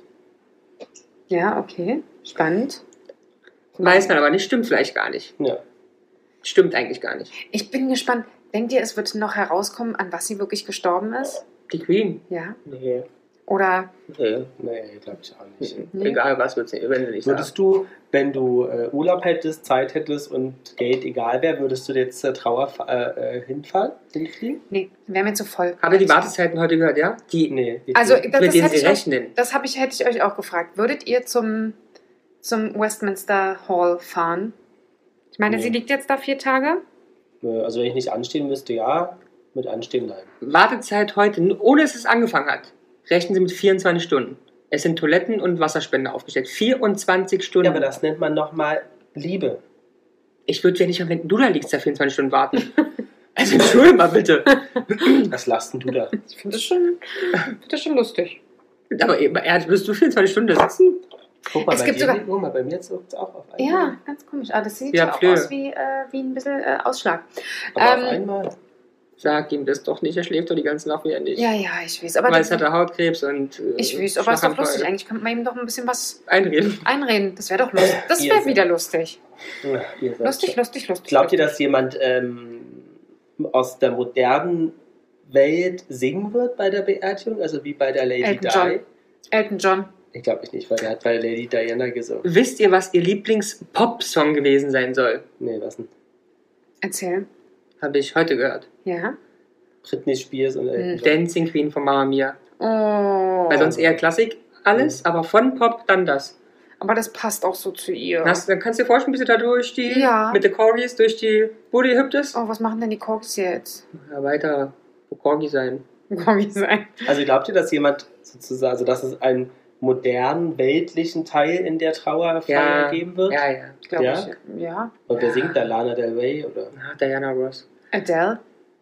Ja, okay. Spannend. Weiß man aber nicht, stimmt vielleicht gar nicht. Ja. Stimmt eigentlich gar nicht. Ich bin gespannt. Denkt ihr, es wird noch herauskommen, an was sie wirklich gestorben ist? Die Queen? Ja. Nee. Oder? Nee, glaube ich auch nicht. Nee. Egal was, wenn du nicht Würdest du, wenn du Urlaub hättest, Zeit hättest und Geld egal wäre, würdest du jetzt zur Trauer hinfliegen? Nee, wäre mir zu voll. Habt ihr die Wartezeiten heute gehört, ja? Nee. Also, mit denen sie rechnen. Hätte ich euch auch gefragt. Würdet ihr zum Westminster Hall fahren? Ich meine, sie liegt jetzt da 4 Tage. Also wenn ich nicht anstehen müsste, ja. Mit anstehen, nein. Wartezeit heute, ohne dass es angefangen hat, rechnen sie mit 24 Stunden. Es sind Toiletten und Wasserspender aufgestellt. 24 Stunden. Ja, aber das nennt man nochmal Liebe. Ich würde ja nicht, wenn du da liegst, da 24 Stunden warten. Also entschuldige mal bitte. Was lachst denn du da? Ich finde das schon lustig. Aber wirst du 24 Stunden da sitzen? Guck mal, bei mir zuckt es auch auf einmal. Ja, ganz komisch. Aber das sieht ja auch aus wie ein bisschen Ausschlag. Aber auf einmal. Sag ihm das doch nicht, er schläft doch die ganze Nacht wieder nicht. Ja, ich weiß. Aber weil es hat er Hautkrebs und... ich weiß, aber es ist doch lustig. Eigentlich könnte man ihm doch ein bisschen was... Einreden. Das wäre doch lustig. Das wäre wieder lustig. Ja, lustig. Glaubt ihr, dass jemand aus der modernen Welt singen wird bei der Beerdigung? Also wie bei der Lady Di? Elton John. Ich glaube nicht, weil der hat bei Lady Diana gesungen. Wisst ihr, was ihr Lieblings-Pop-Song gewesen sein soll? Nee, was denn? Erzähl. Habe ich heute gehört. Ja. Britney Spears und Elton John. Dancing Queen von Mamma Mia. Oh. Weil sonst eher Klassik alles, aber von Pop dann das. Aber das passt auch so zu ihr. Dann kannst du dir vorstellen, wie sie da durch die, mit den Corgis, durch die Bude gehüpft ist. Oh, was machen denn die Corgis jetzt? Ja, weiter Corgi sein. Also glaubt ihr, dass jemand sozusagen, also dass es einen modernen, weltlichen Teil in der Trauerfeier geben wird? Ja. Glaube ich. Ja. Und wer singt da? Lana Del Rey? Oder? Diana Ross. Adele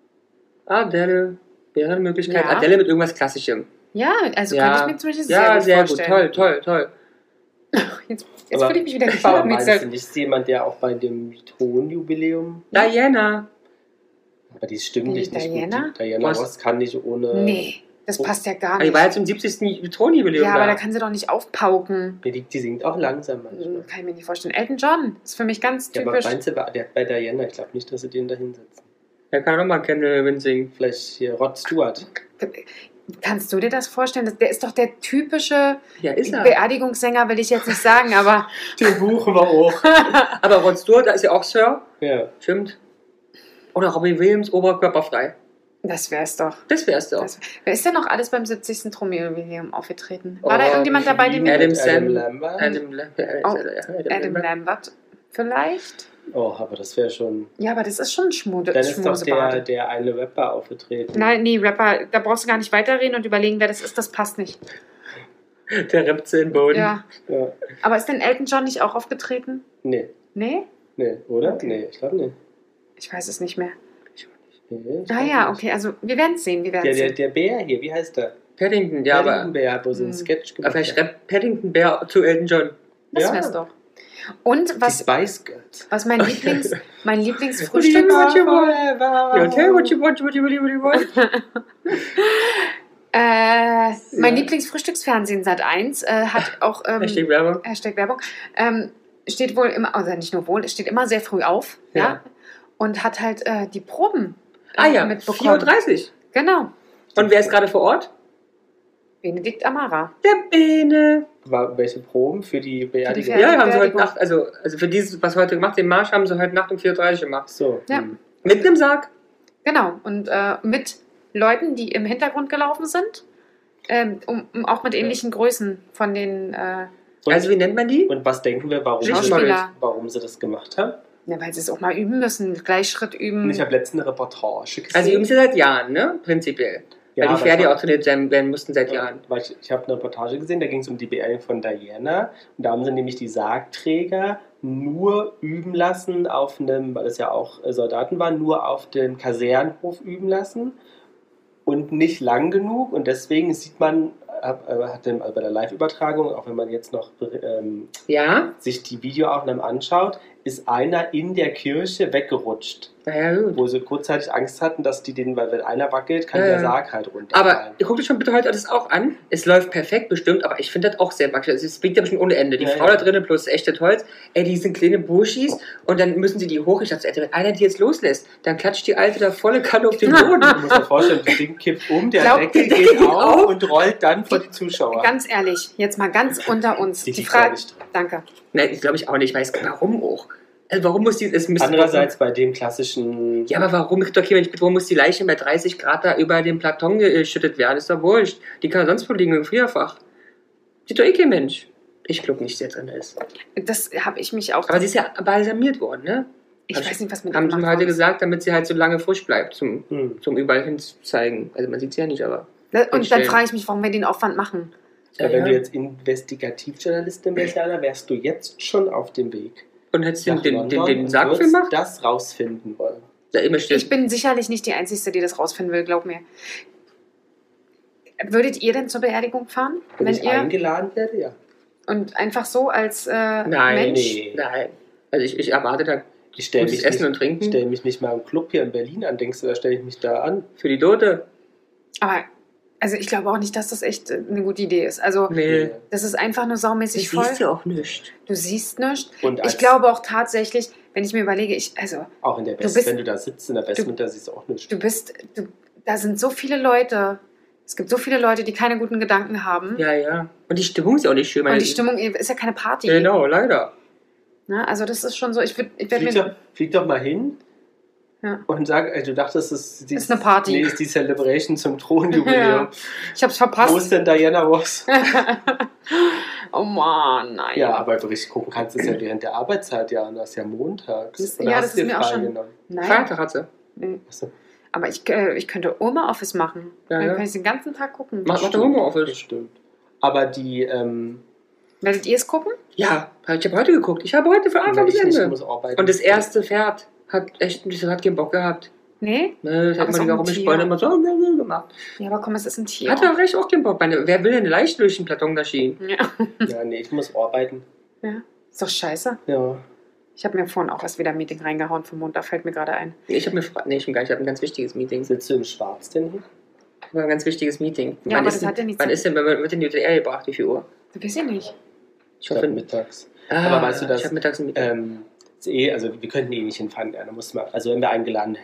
wäre eine Möglichkeit. Ja. Adele mit irgendwas Klassischem. Ja, also könnte ich mir zum Beispiel sehr gut vorstellen. Toll. Jetzt fühle ich mich wieder gefahren. Aber meinst du nicht jemand, der auch bei dem Thronjubiläum... Diana. Aber die stimmt nicht Diana? gut. Diana Ross kann nicht ohne... Nee, das passt ja gar nicht. Die war ja zum 70. Thronjubiläum. Ja, aber da kann sie doch nicht aufpauken. Die singt auch langsam manchmal. Kann ich mir nicht vorstellen. Elton John ist für mich ganz typisch. Ja, aber meinst du, der hat bei Diana, ich glaube nicht, dass sie den da hinsetzen. Er kann auch mal Candle singen. Vielleicht hier Rod Stewart. Kannst du dir das vorstellen? Der ist doch der typische ist er. Beerdigungssänger, will ich jetzt nicht sagen, aber... Den buchen wir auch. Aber Rod Stewart, da ist ja auch Sir. Ja. Stimmt. Oder Robbie Williams, oberkörperfrei. Das wär's doch. Wer ist denn noch alles beim 70. Thronjubiläum aufgetreten? War da irgendjemand dabei, den wir... Adam Lambert. Adam Lambert vielleicht? Oh, aber das wäre schon... Ja, aber das ist schon Dann ist doch der eine Rapper aufgetreten. Nein, nee, Rapper, da brauchst du gar nicht weiterreden und überlegen, wer das ist. Das passt nicht. Der rappt in den Boden. Ja. Aber ist denn Elton John nicht auch aufgetreten? Nee. Nee? Nee, oder? Okay. Nee, ich glaube nicht. Ich weiß es nicht mehr. Nee, okay, also wir werden es sehen. Der Bär hier, wie heißt der? Paddington, ja, Paddington Bär hat wohl so einen Sketch gemacht. Aber vielleicht rappt Paddington Bär zu Elton John. Das wär's doch. Und was... Die Spice Girls. Was mein Lieblingsfrühstück... Tell what you want. Mein Lieblingsfrühstücksfernsehen Sat.1 hat auch... Hashtag Werbung. Steht wohl immer... Also nicht nur wohl, es steht immer sehr früh auf. Ja. Und hat halt die Proben mitbekommen. 4:30 Uhr. Genau. Und wer ist gerade vor Ort? Benedikt Amara. Der Bene. Welche Proben für die Beerdigung? Ja, haben sie heute Nacht, also für dieses, was heute gemacht, den Marsch haben sie heute Nacht um 4.30 Uhr gemacht. So. Ja. Mit einem Sarg. Genau. Und mit Leuten, die im Hintergrund gelaufen sind. Auch mit ähnlichen Größen von den... Also wie nennt man die? Und was denken wir, warum sie das gemacht haben? Ja, weil sie es auch mal üben müssen, Gleichschritt üben. Und ich habe letztens eine Reportage gesehen. Also üben sie seit Jahren, ne? Prinzipiell. Ja, weil die Pferde auch trainiert werden mussten seit Jahren. Ich habe eine Reportage gesehen, da ging es um die Beerdigung von Diana. Und da haben sie nämlich die Sargträger nur üben lassen auf einem, weil es ja auch Soldaten waren, nur auf dem Kasernenhof üben lassen. Und nicht lang genug. Und deswegen sieht man, bei der Live-Übertragung, auch wenn man jetzt noch sich die Videoaufnahmen anschaut, ist einer in der Kirche weggerutscht. Ja, gut. Wo sie kurzzeitig Angst hatten, dass die den, weil wenn einer wackelt, kann der Sarg halt runterfallen. Aber guck dir schon bitte heute das auch an. Es läuft perfekt bestimmt, aber ich finde das auch sehr wackelig. Es biegt ja bestimmt ohne Ende. Die Frau da drinnen plus echtes Holz. Die sind kleine Burschis und dann müssen sie die hoch. Ich dachte, wenn einer die jetzt loslässt, dann klatscht die Alte da volle Kanne auf den Boden. Du musst dir vorstellen, das Ding kippt der Deckel geht auf und rollt dann vor die Zuschauer. Ganz ehrlich, jetzt mal ganz unter uns. Die Frage. Danke. Nein, das glaube ich auch nicht. Ich weiß warum auch. Also warum muss die... Andererseits bei dem klassischen... Ja, aber warum muss die Leiche bei 30 Grad da über den Platon geschüttet werden? Ist doch wurscht. Die kann sonst wo liegen im Frierfach. Sieht doch kein Mensch. Ich glaube nicht, dass sie drin ist. Das habe ich mich auch... Aber sie ist ja balsamiert worden, ne? Ich weiß nicht, was mit haben sie mir heute gesagt, damit sie halt so lange frisch bleibt, zum überall hin zeigen. Also man sieht sie ja nicht, aber... Und dann frage ich mich, warum wir den Aufwand machen. Ja, wenn du jetzt Investigativjournalistin wärst, Jana, wärst du jetzt schon auf dem Weg. Und hättest du den Sarg gemacht? Das rausfinden wollen. Ich bin sicherlich nicht die Einzige, die das rausfinden will, glaub mir. Würdet ihr denn zur Beerdigung fahren? Wenn ich eingeladen werde, ja. Und einfach so als Nein, Mensch? Nein. Also ich erwarte da gutes Essen und Trinken. Ich stelle mich nicht mal im Club hier in Berlin an. Denkst du, da stelle ich mich da an? Für die Tote? Aber... Also ich glaube auch nicht, dass das echt eine gute Idee ist. Also das ist einfach nur saumäßig voll. Du siehst ja auch nichts. Du siehst nichts. Ich glaube auch tatsächlich, wenn ich mir überlege, auch in der Best, wenn du da sitzt in der Best, da siehst du auch nichts. Da sind so viele Leute. Es gibt so viele Leute, die keine guten Gedanken haben. Ja. Und die Stimmung ist ja auch nicht schön. Und die Stimmung ist ja keine Party. Genau, leider. Na, also das ist schon so. Flieg doch mal hin. Ja. Und sag, du dachtest, es ist eine Party. Nee, ist die Celebration zum Thronjubiläum. Ja. Ich hab's verpasst. Wo ist denn Diana Ross? Oh Mann, nein. Ja, aber du richtig gucken kannst, ist ja während der Arbeitszeit, ja, und das ist ja montags. Das ist mir auch schon... Nein. Freitag hat sie. Nee. Achso. Aber ich könnte Homeoffice machen. Dann kann ich den ganzen Tag gucken. Mach doch Homeoffice. Das stimmt. Aber die... Werdet ihr es gucken? Ja, ich habe heute geguckt. Ich habe heute von Anfang bis Ende. Und das erste Pferd hat keinen Bock gehabt. Nee? Das hat man die warum Freunde immer so gemacht. Ja, aber komm, es ist ein Tier. Hat er recht auch keinen Bock. Wer will denn eine Leiche durch den Platon da schieben? Ja, nee, ich muss arbeiten. Ja, ist doch scheiße. Ja. Ich habe mir vorhin auch erst wieder ein Meeting reingehauen für Montag, fällt mir gerade ein. Ich habe gar nicht. Ich habe ein ganz wichtiges Meeting. Sitzt du in Schwarz denn hier? Ich habe ein ganz wichtiges Meeting. Ja, aber das hat ja nichts. Wann ist denn, wird denn die UTR gebracht? Wie viel Uhr? Das weiß ich nicht. Ich hoffe mittags. Aber weißt du, dass... Ich habe mittags ein Meeting. Also wir könnten nicht hinfahren, also wenn wir eingeladen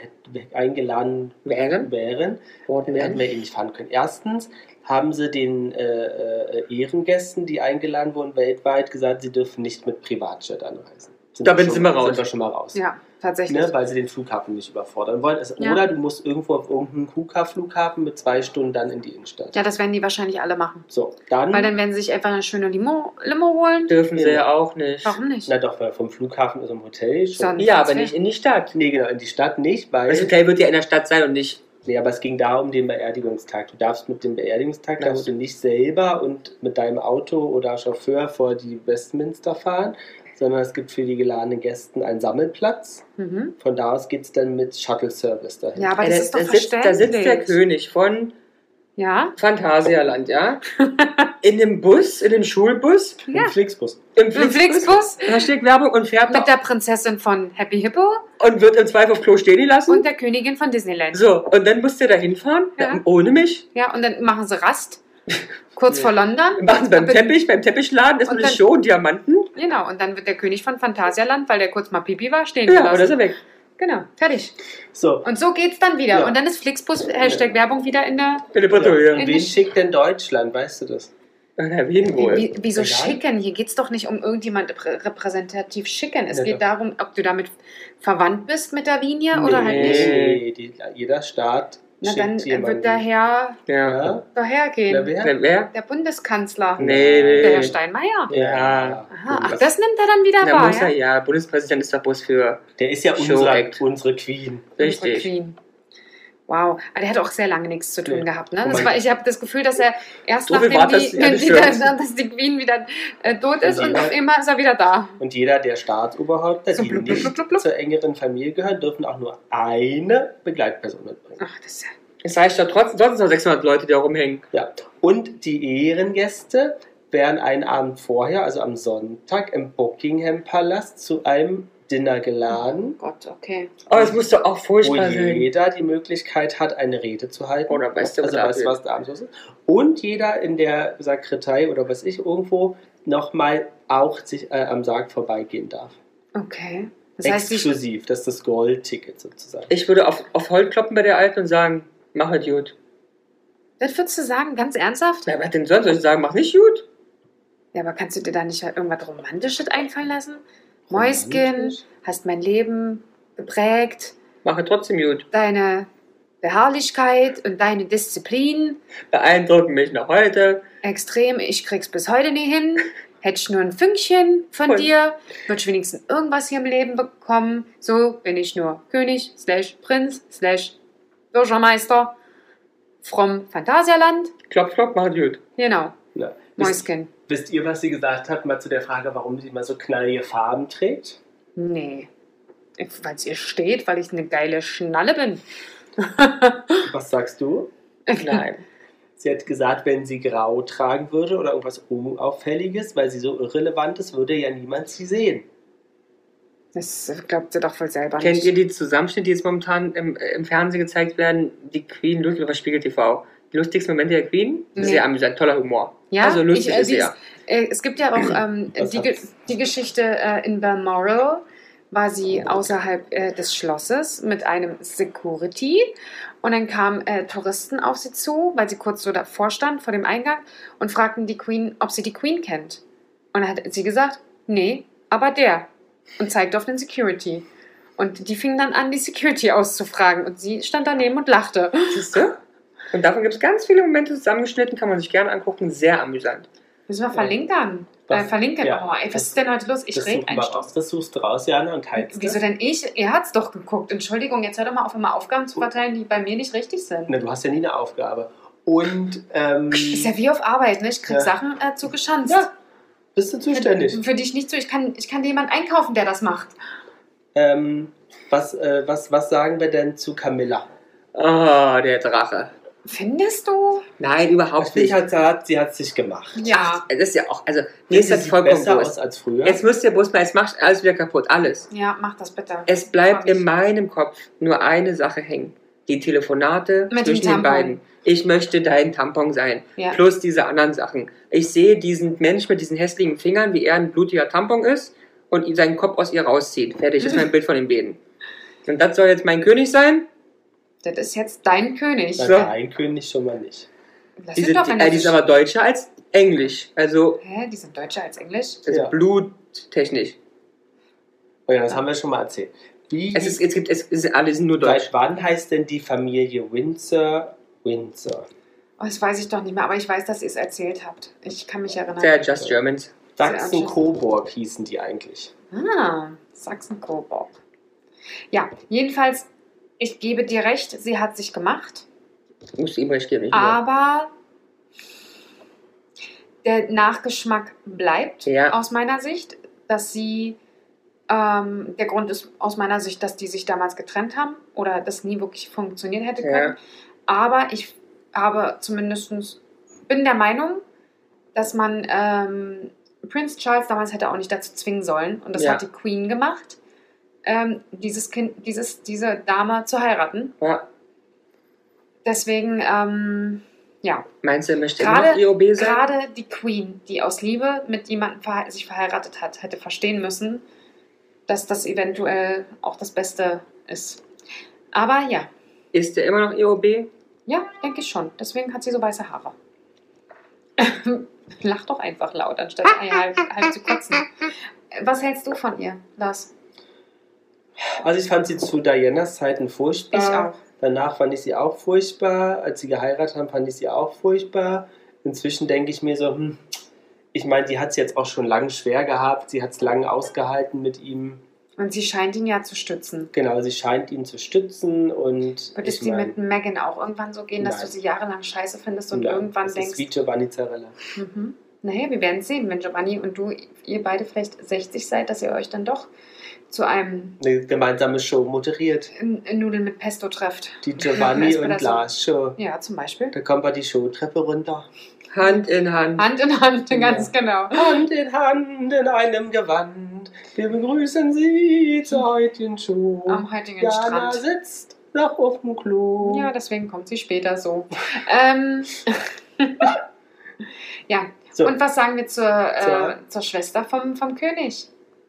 wären, hätten wir nicht fahren können. Erstens haben sie den Ehrengästen, die eingeladen wurden weltweit, gesagt, sie dürfen nicht mit Privatjet anreisen. Sind wir schon mal raus. Ja, tatsächlich. Ne, weil sie den Flughafen nicht überfordern wollen. Oder du musst irgendwo auf irgendeinen KUKA-Flughafen mit 2 Stunden dann in die Innenstadt. Ja, das werden die wahrscheinlich alle machen. So, dann... Weil dann werden sie sich einfach eine schöne Limo holen. Dürfen sie ja auch nicht. Warum nicht? Na doch, weil vom Flughafen ist im Hotel schon. Ja, aber nicht in die Stadt. Nee, genau, in die Stadt nicht, weil... Das Hotel wird ja in der Stadt sein und nicht... Nee, aber es ging da um den Beerdigungstag. Du darfst mit dem Beerdigungstag darfst du nicht selber und mit deinem Auto oder Chauffeur vor die Westminster fahren, sondern es gibt für die geladenen Gäste einen Sammelplatz. Mhm. Von da aus geht es dann mit Shuttle-Service dahin. Ja, aber das ist doch verständlich. Da sitzt der König von Phantasialand, ja? In dem Bus, in dem Schulbus. Ja. Im Flixbus. Im Flixbus. Da steht Werbung und fährt mit der Prinzessin von Happy Hippo. Und wird im Zweifel auf Klo stehen gelassen. Und der Königin von Disneyland. So, und dann musst du da hinfahren, ohne mich. Ja, und dann machen sie Rast. Kurz vor London. Machen sie beim Teppichladen, ist eine Show und Diamanten. Genau, und dann wird der König von Phantasialand, weil der kurz mal Pipi war, stehen gelassen. Ja, oder ist er weg. Genau, fertig. So. Und so geht's dann wieder. Ja. Und dann ist Flixbus Hashtag-Werbung wieder in der... Ja. Wen schickt denn Deutschland, weißt du das? Na, wen wohl? Wieso schicken? Hier geht es doch nicht um irgendjemand repräsentativ schicken. Es geht darum, ob du damit verwandt bist mit der Linie oder halt nicht. Nee, jeder Staat Na, dann schickt wird daher gehen. Wer? Der Bundeskanzler. Nee. Der Herr Steinmeier. Ja. Aha. Ach, das nimmt er dann wieder wahr, muss er, ja. Bundespräsident ist doch bloß für... Der ist ja unsere Queen. Richtig. Unsere Queen. Wow, aber der hat auch sehr lange nichts zu tun gehabt. Ne? Ich habe das Gefühl, dass er erst nachdem dass die Queen wieder tot ist und auf einmal ist er wieder da. Und jeder der Staatsoberhäupter, die nicht zur engeren Familie gehören, dürfen auch nur eine Begleitperson mitbringen. Ach, das ist ja... Es reicht doch trotzdem noch 600 Leute, die da rumhängen. Ja, und die Ehrengäste werden einen Abend vorher, also am Sonntag, im Buckingham Palast zu einem Dinner geladen. Oh Gott, okay. Aber es muss doch auch furchtbar sein. Wo jeder die Möglichkeit hat, eine Rede zu halten. Oder weißt du, was da abends los ist. Und jeder in der Sekretei oder was ich irgendwo nochmal auch sich am Sarg vorbeigehen darf. Okay. Das heißt, exklusiv, das ist das Gold-Ticket sozusagen. Ich würde auf Holz kloppen bei der Alten und sagen, mach halt gut. Das würdest du sagen, ganz ernsthaft? Ja, was denn sonst? Soll ich sagen, mach nicht gut? Ja, aber kannst du dir da nicht irgendwas Romantisches einfallen lassen? Mäuschen, hast mein Leben geprägt. Mache trotzdem gut. Deine Beharrlichkeit und deine Disziplin beeindrucken mich noch heute. Extrem, ich krieg's bis heute nie hin. Hätte ich nur ein Fünkchen von dir, würde ich wenigstens irgendwas hier im Leben bekommen. So bin ich nur König, /Prinz, /Bürgermeister vom Phantasialand. Klopf, klopf, mach gut. Genau. Ja. Mäuschen. Wisst ihr, was sie gesagt hat, mal zu der Frage, warum sie immer so knallige Farben trägt? Nee. Weil es ihr steht, weil ich eine geile Schnalle bin. Was sagst du? Nein. Sie hat gesagt, wenn sie grau tragen würde oder irgendwas Unauffälliges, weil sie so irrelevant ist, würde ja niemand sie sehen. Das glaubt sie doch wohl selber nicht. Kennt ihr die Zusammenschnitte, die jetzt momentan im Fernsehen gezeigt werden? Die Queen lustig über Spiegel TV. Die lustigsten Momente der Queen? Nee. Sehr amüsant, toller Humor. Ja, also lustig ist er. Es gibt ja auch die Geschichte in Balmoral, war sie außerhalb des Schlosses mit einem Security und dann kamen Touristen auf sie zu, weil sie kurz so davor stand, vor dem Eingang und fragten die Queen, ob sie die Queen kennt. Und dann hat sie gesagt, nee, aber der. Und zeigte auf den Security. Und die fingen dann an, die Security auszufragen und sie stand daneben und lachte. Siehst du? Und davon gibt es ganz viele Momente zusammengeschnitten, kann man sich gerne angucken, sehr amüsant. Müssen wir verlinken. Verlinken. Ja. Oh, ey, was ist denn heute los? Ich rede einfach. Das suchst du raus, Jana, und teilst das. Wieso denn ich? Ihr hat's doch geguckt. Entschuldigung, jetzt hör doch mal auf, immer Aufgaben zu verteilen, die bei mir nicht richtig sind. Ne, du hast ja nie eine Aufgabe. Und, ist ja wie auf Arbeit, ne? Ich krieg Sachen zugeschanzt. Ja, bist du zuständig. Für dich nicht so. Ich kann dir jemanden einkaufen, der das macht. Was sagen wir denn zu Camilla? Oh, der Drache. Findest du? Nein, überhaupt nicht. Sie hat sich gemacht. Ja. Das ist ja auch, also, mir ist das vollkommen besser aus als früher. Jetzt müsst ihr bloß mal, jetzt macht alles wieder kaputt, alles. Ja, mach das bitte. Es bleibt in meinem Kopf nur eine Sache hängen. Die Telefonate zwischen den beiden. Ich möchte dein Tampon sein. Ja. Plus diese anderen Sachen. Ich sehe diesen Mensch mit diesen hässlichen Fingern, wie er ein blutiger Tampon ist und ihn seinen Kopf aus ihr rauszieht. Fertig, das ist mein Bild von den beiden. Und das soll jetzt mein König sein? Das ist jetzt dein König. Dein König schon mal nicht. Die sind aber deutscher als Englisch. Also, die sind deutscher als Englisch? Also bluttechnisch. Oh ja, das haben wir schon mal erzählt. Alle sind nur deutsch. Seit wann heißt denn die Familie Windsor? Oh, das weiß ich doch nicht mehr, aber ich weiß, dass ihr es erzählt habt. Ich kann mich erinnern. Sehr Just Germans. Sachsen-Coburg hießen die eigentlich. Sachsen-Coburg. Ja, jedenfalls, ich gebe dir recht, sie hat sich gemacht. Musst du ihm recht geben. Aber der Nachgeschmack bleibt aus meiner Sicht, dass sie, der Grund ist aus meiner Sicht, dass die sich damals getrennt haben oder das nie wirklich funktioniert hätte können. Aber ich bin der Meinung, dass man Prince Charles damals hätte auch nicht dazu zwingen sollen und das hat die Queen gemacht, diese Dame zu heiraten. Ja. Deswegen, Meinst du, er möchte immer IOB sein? Gerade die Queen, die aus Liebe mit jemandem sich verheiratet hat, hätte verstehen müssen, dass das eventuell auch das Beste ist. Aber ja. Ist der immer noch EOB? Ja, denke ich schon. Deswegen hat sie so weiße Haare. Lach doch einfach laut, anstatt halb zu kotzen. Was hältst du von ihr, Lars? Also ich fand sie zu Dianas Zeiten furchtbar. Ich auch. Danach fand ich sie auch furchtbar. Als sie geheiratet haben, fand ich sie auch furchtbar. Inzwischen denke ich mir so, ich meine, die hat es jetzt auch schon lange schwer gehabt. Sie hat es lange ausgehalten mit ihm. Und sie scheint ihn ja zu stützen. Genau, sie scheint ihn zu stützen. Und wird es dir mit Meghan auch irgendwann so gehen, dass du sie jahrelang scheiße findest und irgendwann das denkst... ist wie Giovanni Zarella. Naja, wir werden sehen, wenn Giovanni und ihr beide vielleicht 60 seid, dass ihr euch dann doch zu einem... eine gemeinsame Show moderiert. Nudeln mit Pesto trefft. Die Giovanni und Lars Show. Ja, zum Beispiel. Da kommt wir die Showtreppe runter. Hand in Hand. Hand in Hand, ganz genau. Hand in Hand in einem Gewand. Wir begrüßen Sie zur heutigen Show. Am heutigen Jana Strand. sitzt noch auf dem Klo. Ja, deswegen kommt sie später so. Ja, so. Und was sagen wir zur Schwester vom König?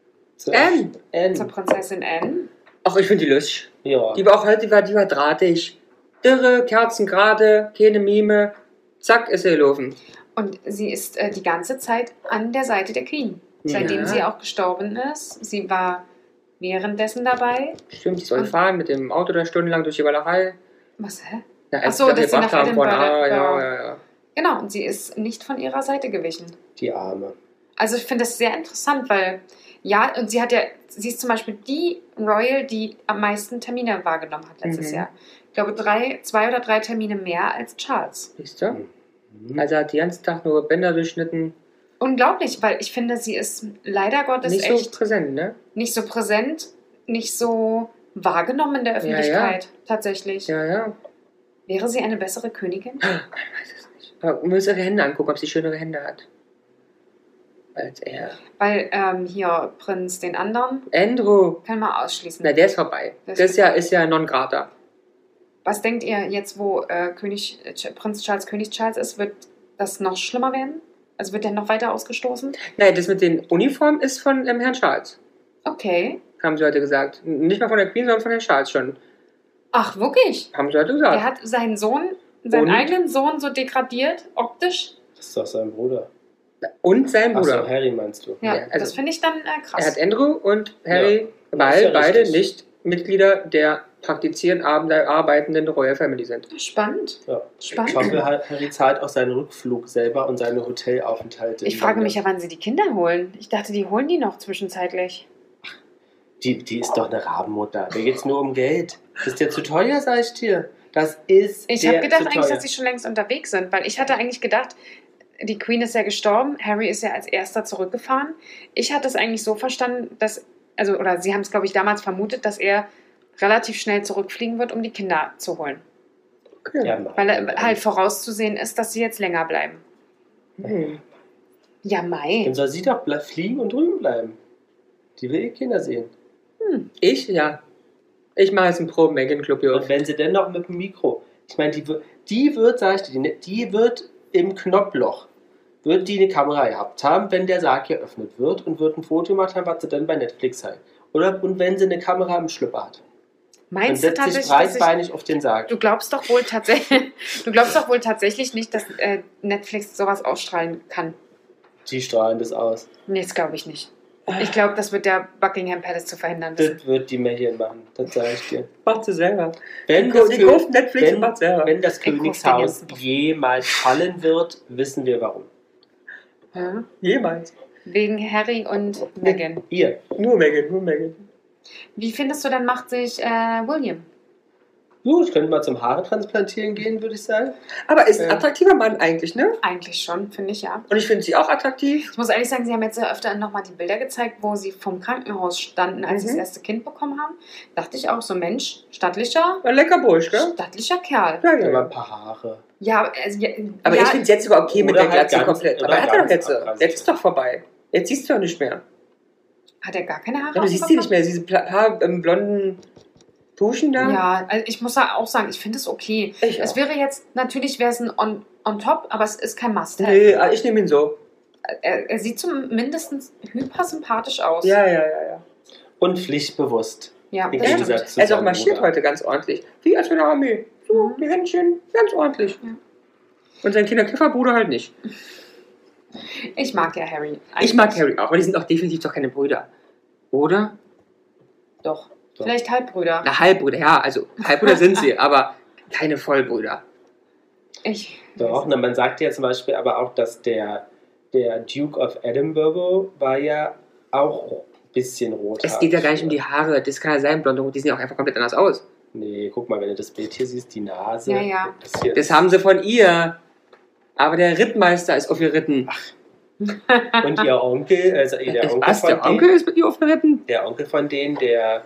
Anne. Zur Prinzessin Anne. Ach, ich finde die lustig. Ja. Die war auch heute, die war drahtig. Dürre, Kerzen gerade, keine Mime. Zack, ist sie gelaufen. Und sie ist die ganze Zeit an der Seite der Queen. Seitdem sie auch gestorben ist. Sie war währenddessen dabei. Stimmt, sie soll fahren mit dem Auto da stundenlang durch die Walachei. Was, hä? Ja, Achso, dass sie nach Edinburgh... Ja. Genau, und sie ist nicht von ihrer Seite gewichen. Die Arme. Also ich finde das sehr interessant, weil... Ja, und sie ist zum Beispiel die Royal, die am meisten Termine wahrgenommen hat letztes Jahr. Ich glaube, 2 oder 3 Termine mehr als Charles. Siehst du? Also hat die ganzen Tag nur Bänder durchschnitten. Unglaublich, weil ich finde, sie ist leider Gottes nicht echt... so präsent, ne? Nicht so präsent, nicht so wahrgenommen in der Öffentlichkeit, tatsächlich. Ja. Wäre sie eine bessere Königin? Man weiß es nicht. Aber man muss ihre Hände angucken, ob sie schönere Hände hat. Als er. Weil hier Prinz den anderen... Andrew. Kann man ausschließen. Na, der ist vorbei. Das ist ja non grata. Was denkt ihr jetzt, wo Prinz Charles König Charles ist, wird das noch schlimmer werden? Also wird der noch weiter ausgestoßen? Nein, das mit den Uniformen ist von Herrn Charles. Okay. Haben sie heute gesagt. Nicht mal von der Queen, sondern von Herrn Charles schon. Ach, wirklich? Haben sie heute gesagt. Der hat seinen eigenen Sohn so degradiert, optisch. Das ist doch sein Bruder. Und sein Bruder. Achso, Harry meinst du? Ja, also das finde ich dann krass. Er hat Andrew und Harry, weil beide nicht Mitglieder der praktizierend arbeitenden Royal Family sind. Spannend. Ja. Spannend. Ich hoffe, Harry zahlt auch seinen Rückflug selber und seine Hotelaufenthalte. Ich frage mich ja, wann sie die Kinder holen. Ich dachte, die holen die noch zwischenzeitlich. Die ist doch eine Rabenmutter. Da geht es nur um Geld. Das ist ja zu teuer, sag ich dir. Das ist Ich habe gedacht eigentlich, dass sie schon längst unterwegs sind, weil ich hatte eigentlich gedacht, die Queen ist ja gestorben, Harry ist ja als erster zurückgefahren. Ich hatte es eigentlich so verstanden, oder sie haben es, glaube ich, damals vermutet, dass er relativ schnell zurückfliegen wird, um die Kinder zu holen. Okay. Ja, weil halt vorauszusehen ist, dass sie jetzt länger bleiben. Ja, Mai. Dann soll sie doch fliegen und drüben bleiben. Die will Kinder sehen. Ich? Ja. Ich mache jetzt einen Pro-Meghan-Club hier. Und wenn sie denn noch mit dem Mikro... Ich meine, die wird, sag ich dir, die wird im Knopfloch, wird die eine Kamera gehabt haben, wenn der Sarg geöffnet wird und wird ein Foto gemacht haben, was sie dann bei Netflix hat. Und wenn sie eine Kamera im Schlüpper hat. Meinst du tatsächlich, breitbeinig auf den Sarg. Du glaubst doch wohl tatsächlich nicht, dass Netflix sowas ausstrahlen kann. Die strahlen das aus. Nee, das glaube ich nicht. Ich glaube, das wird der Buckingham Palace zu verhindern wissen. Das wird die Märchen machen, das sage ich dir. Macht sie selber. Wenn das Königshaus jemals fallen wird, wissen wir warum. Ja. Jemals. Wegen Harry und Meghan. Ihr. Nur Meghan. Wie findest du, dann macht sich William? Gut, ich könnte mal zum Haare transplantieren gehen, würde ich sagen. Aber ist ein attraktiver Mann eigentlich, ne? Eigentlich schon, finde ich, ja. Und ich finde sie auch attraktiv. Ich muss ehrlich sagen, sie haben jetzt öfter nochmal die Bilder gezeigt, wo sie vom Krankenhaus standen, als sie das erste Kind bekommen haben. Dachte ich auch, so Mensch, stattlicher. Ein lecker Bursch, gell? Stattlicher Kerl. Ja. Aber ein paar Haare. Ja, aber ich finde es jetzt sogar okay mit der Glatze komplett. Aber er hat doch jetzt. Jetzt ist doch vorbei. Jetzt siehst du doch nicht mehr. Hat er gar keine Haare? Ja, du siehst sie nicht mehr. Diese paar blonden Tuschen da. Ja, also ich muss auch sagen, ich finde es okay. Es wäre jetzt, natürlich wäre es ein on top, aber es ist kein Must-have. Nee, ich nehme ihn so. Er sieht zumindest hyper sympathisch aus. Ja. Und pflichtbewusst. Ja, Im das stimmt. Gegensatz zu Er ist auch seinem marschiert Bruder. heute ganz ordentlich. Wie als bei der Armee. So, die Händchen, ganz ordentlich. Ja. Und sein kleiner Kifferbruder halt nicht. Ich mag ja Harry. Ich mag Harry auch, aber die sind auch definitiv doch keine Brüder. Oder? Doch. Doch. Vielleicht Halbbrüder. Na, Halbbrüder, ja, also Halbbrüder sind sie, aber keine Vollbrüder. Doch, na, man sagt ja zum Beispiel aber auch, dass der Duke of Edinburgh war ja auch ein bisschen rot. Es geht ja gar nicht um die Haare, das kann ja sein, blonde Haare, die sehen ja auch einfach komplett anders aus. Nee, guck mal, wenn du das Bild hier siehst, die Nase. Ja. Das haben sie von ihr. Aber der Rittmeister ist aufgeritten. Und ihr Onkel, also der Onkel Was, von der Onkel ist mit ihr aufgeritten? Der Onkel von denen,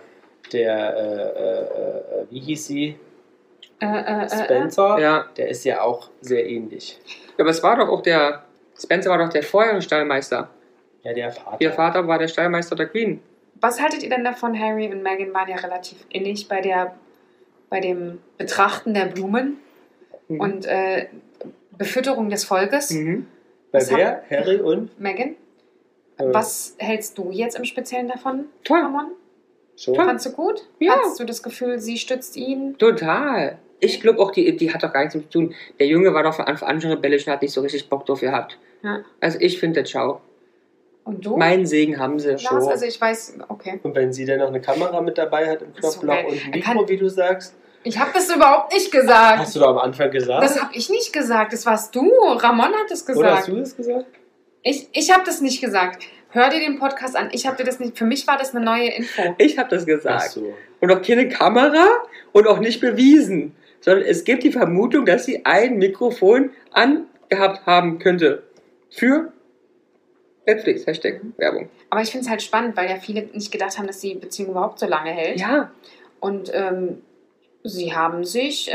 wie hieß sie? Spencer, Ja. der ist ja auch sehr ähnlich. Ja, aber es war doch auch Spencer war doch der vorherige Stallmeister. Ja, der Vater. Ihr Vater war der Stallmeister der Queen. Was haltet ihr denn davon? Harry und Meghan waren ja relativ innig bei dem Betrachten der Blumen und Befütterung des Volkes. Bei wer? Harry und? Meghan? Was hältst du jetzt im Speziellen davon, Toll. Ramon? Schon? Fandst du gut? Ja. Hattest du das Gefühl, sie stützt ihn? Total. Ich glaube auch, die hat doch gar nichts mit zu tun. Der Junge war doch von Anfang an schon rebellisch und hat nicht so richtig Bock drauf gehabt. Ja. Also ich finde das schau. Und du? Meinen Segen haben sie. Lars, also ich weiß, okay. Und wenn sie dann noch eine Kamera mit dabei hat im Das ist so Knopfloch geil. und ein Er Mikro, wie du sagst, Ich habe das überhaupt nicht gesagt. hast du doch am Anfang gesagt? Das habe ich nicht gesagt. Das warst du. Ramon hat es Oder hast gesagt. du das gesagt? Ich habe das nicht gesagt. Hör dir den Podcast an. Ich habe dir das nicht. Für mich war das eine neue Info. Ich habe das Ach gesagt. so. Und auch keine Kamera und auch nicht bewiesen. Sondern es gibt die Vermutung, dass sie ein Mikrofon angehabt haben könnte. Für Netflix, Hashtag Werbung. Aber ich finde es halt spannend, weil ja viele nicht gedacht haben, dass die Beziehung überhaupt so lange hält. Ja, Und sie haben sich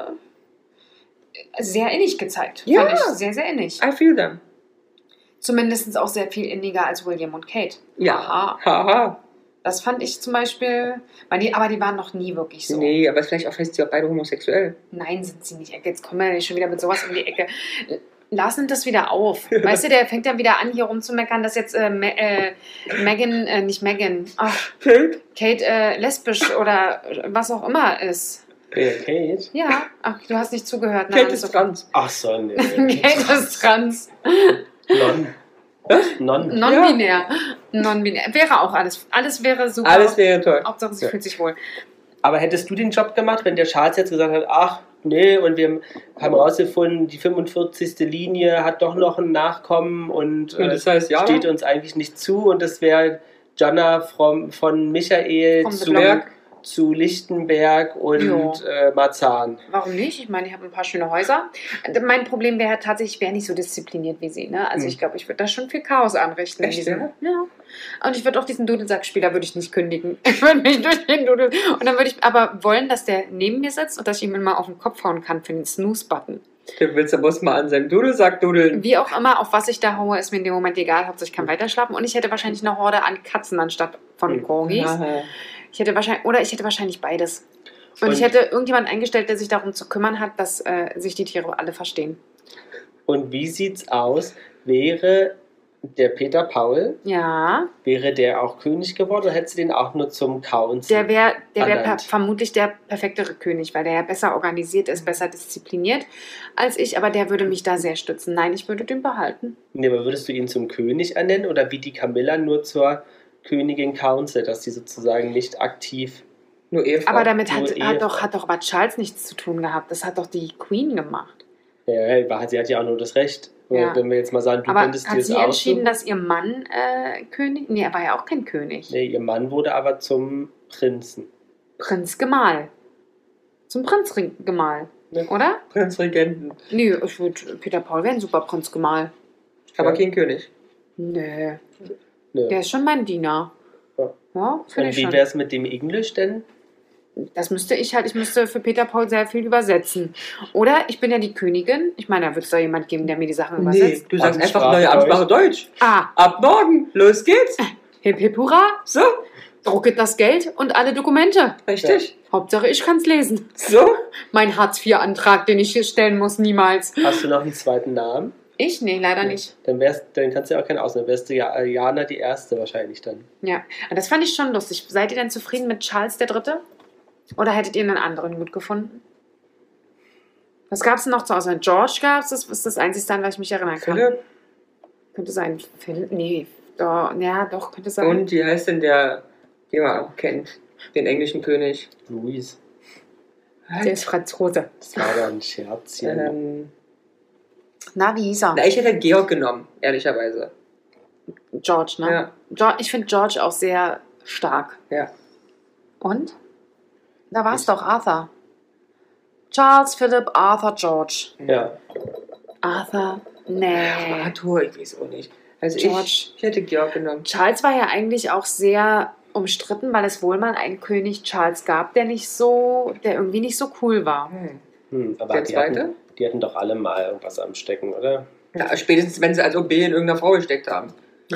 sehr innig gezeigt. Ja. Fand ich sehr, sehr innig. I feel them. Zumindest auch sehr viel inniger als William und Kate. Ja. Aha. Haha. Das fand ich zum Beispiel. Aber die waren noch nie wirklich so. Nee, aber vielleicht auch fest sie auch beide homosexuell. Nein, sind sie nicht. Jetzt kommen wir nicht schon wieder mit sowas um die Ecke. Lars nimmt das wieder auf. Weißt du, der fängt dann wieder an, hier rumzumeckern, dass jetzt Kate lesbisch oder was auch immer ist. Wer, Kate? Ja, ach, du hast nicht zugehört. Kate ist trans. Ach so, nee. Kate ist trans. Non-binär. Non-binär. Wäre auch alles. Alles wäre super. Alles wäre toll. Hauptsache, sie fühlt sich wohl. Aber hättest du den Job gemacht, wenn der Charles jetzt gesagt hat, ach, nee, und wir haben rausgefunden, die 45. Linie hat doch noch ein Nachkommen und das heißt, ja, steht uns eigentlich nicht zu und das wäre Jonna von Michael Vom Berg. zu Lichtenberg und Marzahn. Warum nicht? Ich meine, ich habe ein paar schöne Häuser. Mein Problem wäre tatsächlich, ich wäre nicht so diszipliniert wie sie. Ne? Also ich glaube, ich würde da schon viel Chaos anrichten. Echt, ja? Ja. Und ich würde auch diesen Dudelsackspieler würde ich nicht kündigen. Ich würde mich durch den Dudel... Und dann würde ich aber wollen, dass der neben mir sitzt und dass ich ihm mal auf den Kopf hauen kann für den Snooze-Button. Du willst aber mal an seinem Dudelsack dudeln. Wie auch immer, auf was ich da haue, ist mir in dem Moment egal. Hauptsache ich kann weiterschlafen. Und ich hätte wahrscheinlich eine Horde an Katzen anstatt von Corgis. Aha. Ich hätte wahrscheinlich beides. Und ich hätte irgendjemanden eingestellt, der sich darum zu kümmern hat, dass sich die Tiere alle verstehen. Und wie sieht's aus? Wäre der Peter Paul, Ja, wäre der auch König geworden oder hättest du den auch nur zum Council? der wäre ernannt? vermutlich der perfektere König, weil der ja besser organisiert ist, besser diszipliniert als ich, aber der würde mich da sehr stützen. Nein, ich würde den behalten. Nee, aber würdest du ihn zum König ernennen oder wie die Camilla nur zur Königin Council, dass sie sozusagen nicht aktiv... Nur Ehefrau. Aber damit Nur hat doch aber Charles nichts zu tun gehabt. Das hat doch die Queen gemacht. Ja, sie hat ja auch nur das Recht. Ja. Wenn wir jetzt mal sagen, du Aber könntest dir hat das sie aussuchen. entschieden, dass ihr Mann König... Nee, er war ja auch kein König. Nee, ihr Mann wurde aber zum Prinzen. Prinzgemahl. Zum Prinzgemahl, Ja. oder? Prinzregenten. Nee, Peter Paul wäre ein super Prinzgemahl. Aber Ja. kein König. Nee, Nö. der ist schon mein Diener. Ja. Ja, finde Und ich wie schon. wäre es mit dem Englisch denn? Das müsste ich müsste für Peter Paul sehr viel übersetzen. Oder ich bin ja die Königin. Ich meine, da wird es doch jemand geben, der mir die Sachen Nee, übersetzt. du sagst einfach Amtssprache neue Amtssprache Deutsch. Ah, Ab morgen, los geht's. hip hip hurra, So, drucket das Geld und alle Dokumente. richtig. Hauptsache, ich kann's lesen. So, Mein Hartz-IV-Antrag, den ich hier stellen muss, niemals. Hast du noch einen zweiten Namen Ich? Nee, leider nicht. Dann kannst du ja auch keine ausnehmen. Dann wärst du ja Jana die Erste wahrscheinlich dann. Ja, aber das fand ich schon lustig. Seid ihr denn zufrieden mit Charles III.? Oder hättet ihr einen anderen gut gefunden? Was gab es denn noch zu Auswahl? George gab es, das ist das Einzige, an was ich mich erinnern kann. Philipp? Könnte sein. Philipp? Nee, doch, könnte sein. Und wie heißt denn der, den man auch kennt? Den englischen König? Louis. Der ist Franzose. Das war ja ein Scherzchen. Na, wie hieß er? Na, ich hätte Georg genommen, ehrlicherweise. George, ne? Ja. Ich finde George auch sehr stark. Ja. Und? Da war es doch, Arthur. Charles, Philip, Arthur, George. Ja. Arthur, nee. Arthur, ich weiß auch nicht. Also George. ich hätte Georg genommen. Charles war ja eigentlich auch sehr umstritten, weil es wohl mal einen König Charles gab, der irgendwie nicht so cool war. Aber Der zweite? Die hatten doch alle mal irgendwas am Stecken, oder? Ja, spätestens, wenn sie als OB in irgendeiner Frau gesteckt haben.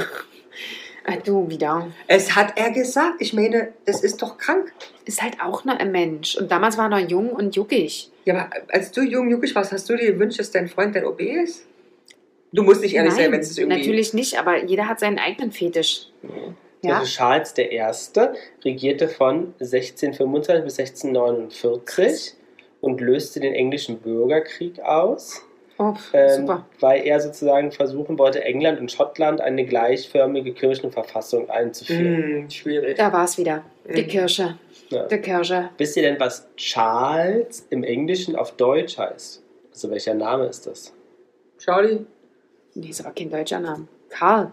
Du wieder. Es hat er gesagt. Ich meine, das ist doch krank. Ist halt auch nur ein Mensch. Und damals war er noch jung und juckig. Ja, aber als du jung juckig warst, hast du dir gewünscht, dass dein Freund dein OB ist? Du musst nicht ehrlich sein, wenn es irgendwie... Natürlich nicht, aber jeder hat seinen eigenen Fetisch. Ja? Also Charles I. regierte von 1625 bis 1649 und löste den englischen Bürgerkrieg aus. Oh, super. Weil er sozusagen versuchen wollte, England und Schottland eine gleichförmige Kirchenverfassung einzuführen. Schwierig. Da war es wieder. Die Kirche. Ja. Die Kirche. Wisst ihr denn, was Charles im Englischen auf Deutsch heißt? Also welcher Name ist das? Charlie? Nee, ist aber kein deutscher Name. Karl.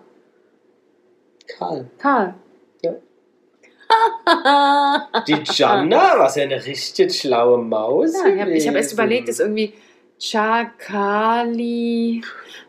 Karl. Ja. Die Gianna, was ja eine richtig schlaue Maus. Ja, ich habe erst überlegt, ist irgendwie Chakali.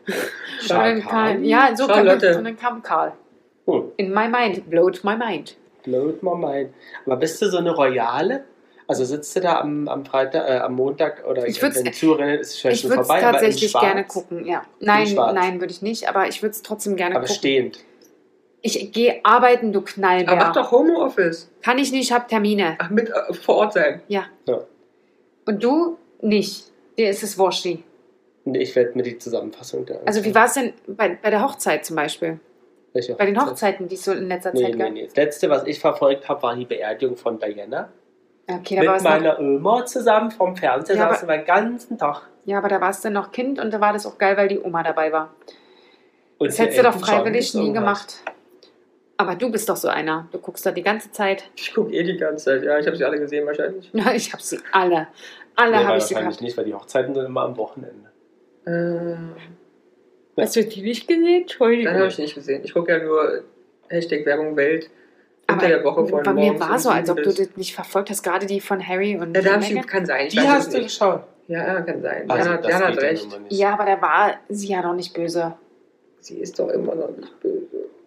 Ja, so Charlotte. und dann kam Karl. In my mind, blowed my mind. Blowed my mind. Aber bist du so eine Royale? Also sitzt du da am Freitag, am Montag oder wenn Zurennen ist vielleicht schon vorbei? Ich würde es tatsächlich gerne gucken, ja. Nein, würde ich nicht, aber ich würde es trotzdem gerne gucken. Aber stehend. Ich gehe arbeiten, du Knallbär. Aber mach doch Homeoffice. Kann ich nicht, ich habe Termine. Ach, mit vor Ort sein. Ja. Und du nicht. Dir ist es wurscht. Ich werde mir die Zusammenfassung da. Also wie war es denn bei der Hochzeit zum Beispiel? Welche Bei den Hochzeiten, die es so in letzter Zeit gab? Nee. Das letzte, was ich verfolgt habe, war die Beerdigung von Diana. Okay, da mit meiner Oma zusammen vom Fernseher saßen wir den ganzen Tag. Ja, aber da warst du noch Kind und da war das auch geil, weil die Oma dabei war. Und das hättest du doch freiwillig nie gemacht. Aber du bist doch so einer. Du guckst da die ganze Zeit. Ich gucke die ganze Zeit. Ja, ich habe sie alle gesehen wahrscheinlich. Ja, ich habe sie alle. Alle habe ich sie gehabt. Nicht, weil die Hochzeiten sind immer am Wochenende. Hast du die nicht gesehen? Entschuldigung. Nein, habe ich nicht gesehen. Ich gucke ja nur Werbung Welt unter der Woche von bei mir war so, als ob du das nicht verfolgt hast. Gerade die von Harry und ja, kann sein. Die hast du geschaut? Ja, kann sein. Also, Jana hat recht. Ja, aber da war sie ja noch nicht böse. Sie ist doch immer noch nicht böse.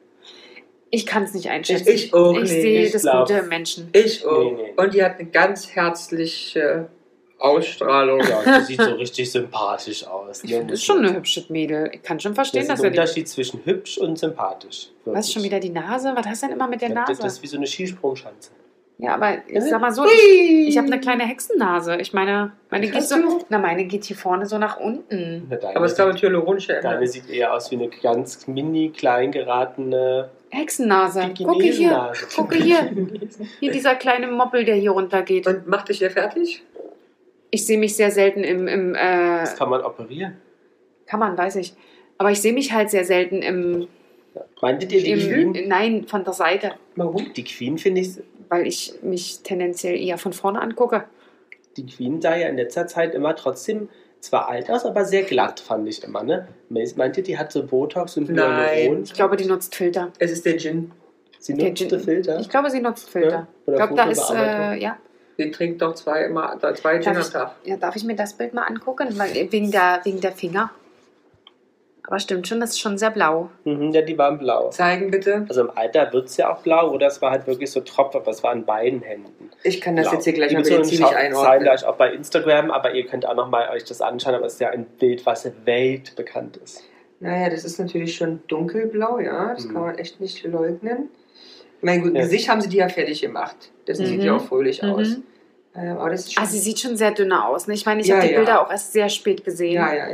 Ich kann es nicht einschätzen. Ich auch nicht. Ich sehe das Gute im Menschen. Ich auch. Nee. Und die hat eine ganz herzliche Ausstrahlung. Ja, die sieht so richtig sympathisch aus. Ich finde, das ist schon eine hübsche Mädel. Ich kann schon verstehen, dass er... Das ist der Unterschied zwischen hübsch und sympathisch. Wirklich. Was, schon wieder die Nase? Was hast du denn immer mit der Nase? Das ist wie so eine Skisprungschanze. Ja, aber ich sag mal so, ich habe eine kleine Hexennase. Ich meine geht so... meine geht hier vorne so nach unten. Aber es ist glaube ich hyaluronische Ende. Deine sieht eher aus wie eine ganz mini, klein geratene... Hexennase. Gucke hier. Hier dieser kleine Moppel, der hier runtergeht. Und macht dich der fertig? Ich sehe mich sehr selten im das kann man operieren. Kann man, weiß ich. Aber ich sehe mich halt sehr selten im... Meintet ihr die Queen? Nein, von der Seite. Warum? Die Queen finde ich... Weil ich mich tendenziell eher von vorne angucke. Die Queen sah ja in letzter Zeit immer trotzdem zwar alt aus, aber sehr glatt, fand ich immer, ne? Meint ihr, die hat so Botox und Hyaluron? Ich glaube, die nutzt Filter. Es ist der Gin. Sie nutzt Filter? Ich glaube, sie nutzt Filter. Ja? Ich glaube, da ist, ja. Sie trinkt doch zwei Gin am Tag. Ja, darf ich mir das Bild mal angucken? Weil, wegen der Finger. Aber stimmt schon, das ist schon sehr blau. Ja, die waren blau. Zeigen bitte. Also im Alter wird es ja auch blau, oder es war halt wirklich so Tropf, aber es war an beiden Händen. Ich kann das jetzt hier gleich mal ziemlich einordnen. Gleich auch bei Instagram, aber ihr könnt auch nochmal euch das anschauen, aber es ist ja ein Bild, was weltbekannt ist. Naja, das ist natürlich schon dunkelblau, ja, das kann man echt nicht leugnen. Mein gut, Gesicht haben sie die ja fertig gemacht. Das sieht ja auch fröhlich aus. Aber das ist schon sie sieht schon sehr dünner aus. Ne? Ich meine, ich habe die Bilder auch erst sehr spät gesehen. Ja.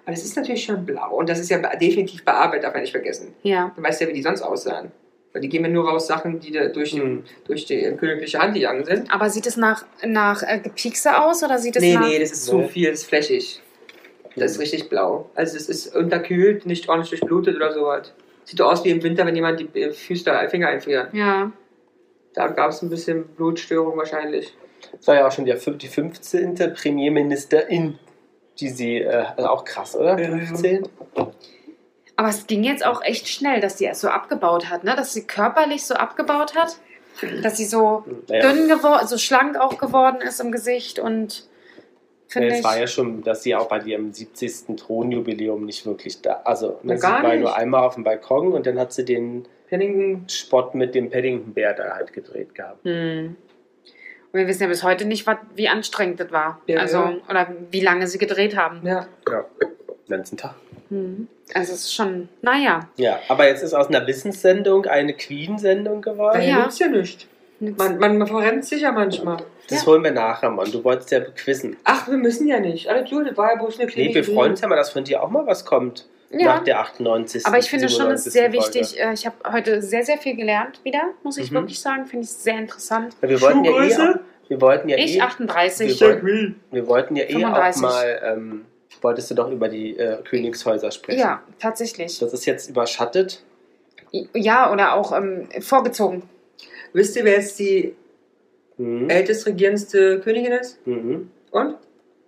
Aber das ist natürlich schon blau. Und das ist ja definitiv bearbeitet, darf man nicht vergessen. Ja. Du weißt ja, wie die sonst aussahen. Weil die geben ja nur raus Sachen, die da durch die königliche Hand gegangen sind. Aber sieht es nach Gepiekse aus oder sieht es nach... Nee, das ist zu viel, das ist flächig. Das ist richtig blau. Also es ist unterkühlt, nicht ordentlich durchblutet oder sowas. Sieht doch aus wie im Winter, wenn jemand die Finger einfriert. Ja. Da gab es ein bisschen Blutstörung wahrscheinlich. Das war ja auch schon die 15. Premierministerin, die sie, also auch krass, oder? 15? Aber es ging jetzt auch echt schnell, dass sie es so abgebaut hat, ne? Dass sie körperlich so abgebaut hat, dass sie so dünn geworden, so schlank auch geworden ist im Gesicht und es war ja schon, dass sie auch bei ihrem 70. Thronjubiläum nicht wirklich da, also sie gar war nicht. nur einmal auf dem Balkon und dann hat sie den Spot mit dem Paddington-Bär da halt gedreht gehabt. Und wir wissen ja bis heute nicht, wie anstrengend das war. Ja, oder wie lange sie gedreht haben. Ja. Den ganzen Tag. Also es ist schon, naja. Ja, aber jetzt ist aus einer Wissenssendung eine Queen-Sendung geworden. Ja, nützt ja nichts. Man verrennt sich ja manchmal. Das holen wir nachher, Mann. Du wolltest ja quizzen. Ach, wir müssen ja nicht. Alles gut, das war ja bloß eine kleine Nee, wir freuen uns ja mal, dass von dir auch mal was kommt. Ja. Nach der 98. Aber ich finde schon, es ist sehr Folge. wichtig. Ich habe heute sehr, sehr viel gelernt wieder, muss ich wirklich sagen. Finde ich sehr interessant. Ja, wir wollten ja Ich 38. Wir wollten ja 35. auch mal, wolltest du doch über die Königshäuser sprechen. Ja, tatsächlich. Das ist jetzt überschattet. Ja, oder auch vorgezogen. Wisst ihr, wer jetzt die ältest regierendste Königin ist? Und?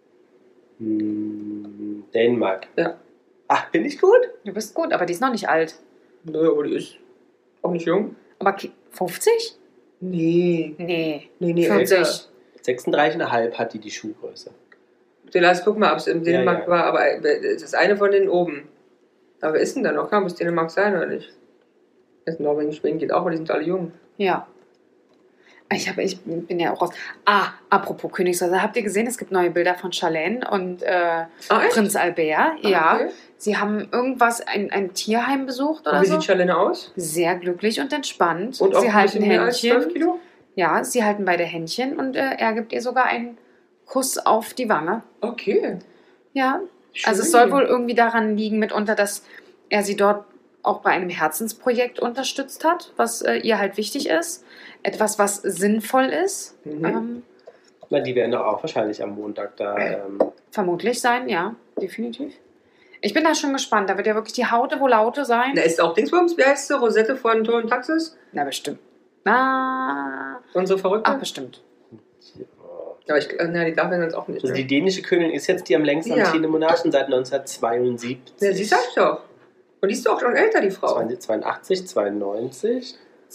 Dänemark. Ja. Ach, bin ich gut? Du bist gut, aber die ist noch nicht alt. Nö, aber die ist auch nicht jung. Aber 50? Nee. Nee. 40. 36,5 hat die Schuhgröße. Lass guck mal, ob es in Dänemark Ja. war, aber das ist eine von denen oben. Aber wer ist denn da noch? Muss Dänemark sein oder nicht? Jetzt Norwegen, Schweden geht auch, aber die sind alle jung. Ja. Ich bin ja auch raus. Apropos Königshäuser, habt ihr gesehen, es gibt neue Bilder von Charlene und Prinz Albert? Ja. Okay. Sie haben irgendwas, ein Tierheim besucht oder Und wie so. sieht Charlene aus? Sehr glücklich und entspannt. Und auch sie ein halten bisschen mehr als 12 Händchen. Kilo? Ja, sie halten beide Händchen und er gibt ihr sogar einen Kuss auf die Wange. Okay. Ja. Schön. Also es soll wohl irgendwie daran liegen mitunter, dass er sie dort auch bei einem Herzensprojekt unterstützt hat, was ihr halt wichtig ist. Etwas, was sinnvoll ist. Na, die werden doch auch wahrscheinlich am Montag da. Vermutlich sein, ja, definitiv. Ich bin da schon gespannt. Da wird ja wirklich die Haute wohl Laute sein. Da ist auch Dingsbums, wie heißt sie? Rosette von Ton und Taxis? Na, bestimmt. Unsere Verrückte? Ach, bestimmt. Aber die darf ja sonst auch nicht. Also Ne? die dänische Königin ist jetzt die am längsten amtierende Monarchin seit 1972. Ja, sie sagt doch. Und die ist doch auch schon älter, die Frau. 82, 92,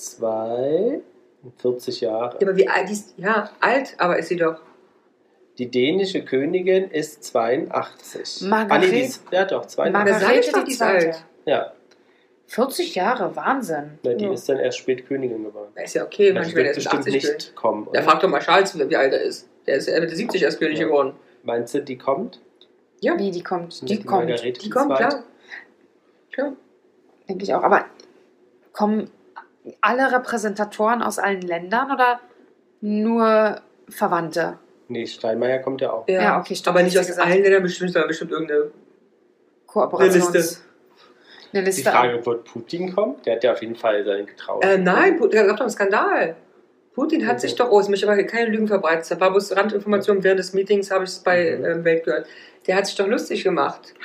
42 Jahre. Ja, aber wie alt? Die ist, ja, alt, aber ist sie doch. Die dänische Königin ist 82. Margarete. Die ist, ja doch, 82. Margarete. sag ich doch, die ist alt. Ja. 40 Jahre, Wahnsinn. Na, die ist dann erst spät Königin geworden. Das ist ja okay, Die manchmal wird der ist bestimmt 80 nicht kommen. Der Oder? fragt doch mal Charles, wie alt er ist. Der ist Mitte 70 erst König geworden. Meinst du, die kommt? Ja. Wie, die kommt? Die kommt. Margarete Die kommt, Zweite? klar. Denke ich auch. Aber kommen alle Repräsentatoren aus allen Ländern oder nur Verwandte? Nee, Steinmeier kommt ja auch. Ja, okay, stimmt, Aber nicht hast aus du gesagt. allen Ländern bestimmt, sondern bestimmt irgendeine Kooperations... Eine Die Liste. Frage, wo Putin kommt, der hat ja auf jeden Fall seinen getraut. Nein, da gab doch einen Skandal. Putin hat sich doch, ich möchte aber keine Lügen verbreitet, das war bloß Randinformation, während des Meetings habe ich es bei Welt gehört. Der hat sich doch lustig gemacht.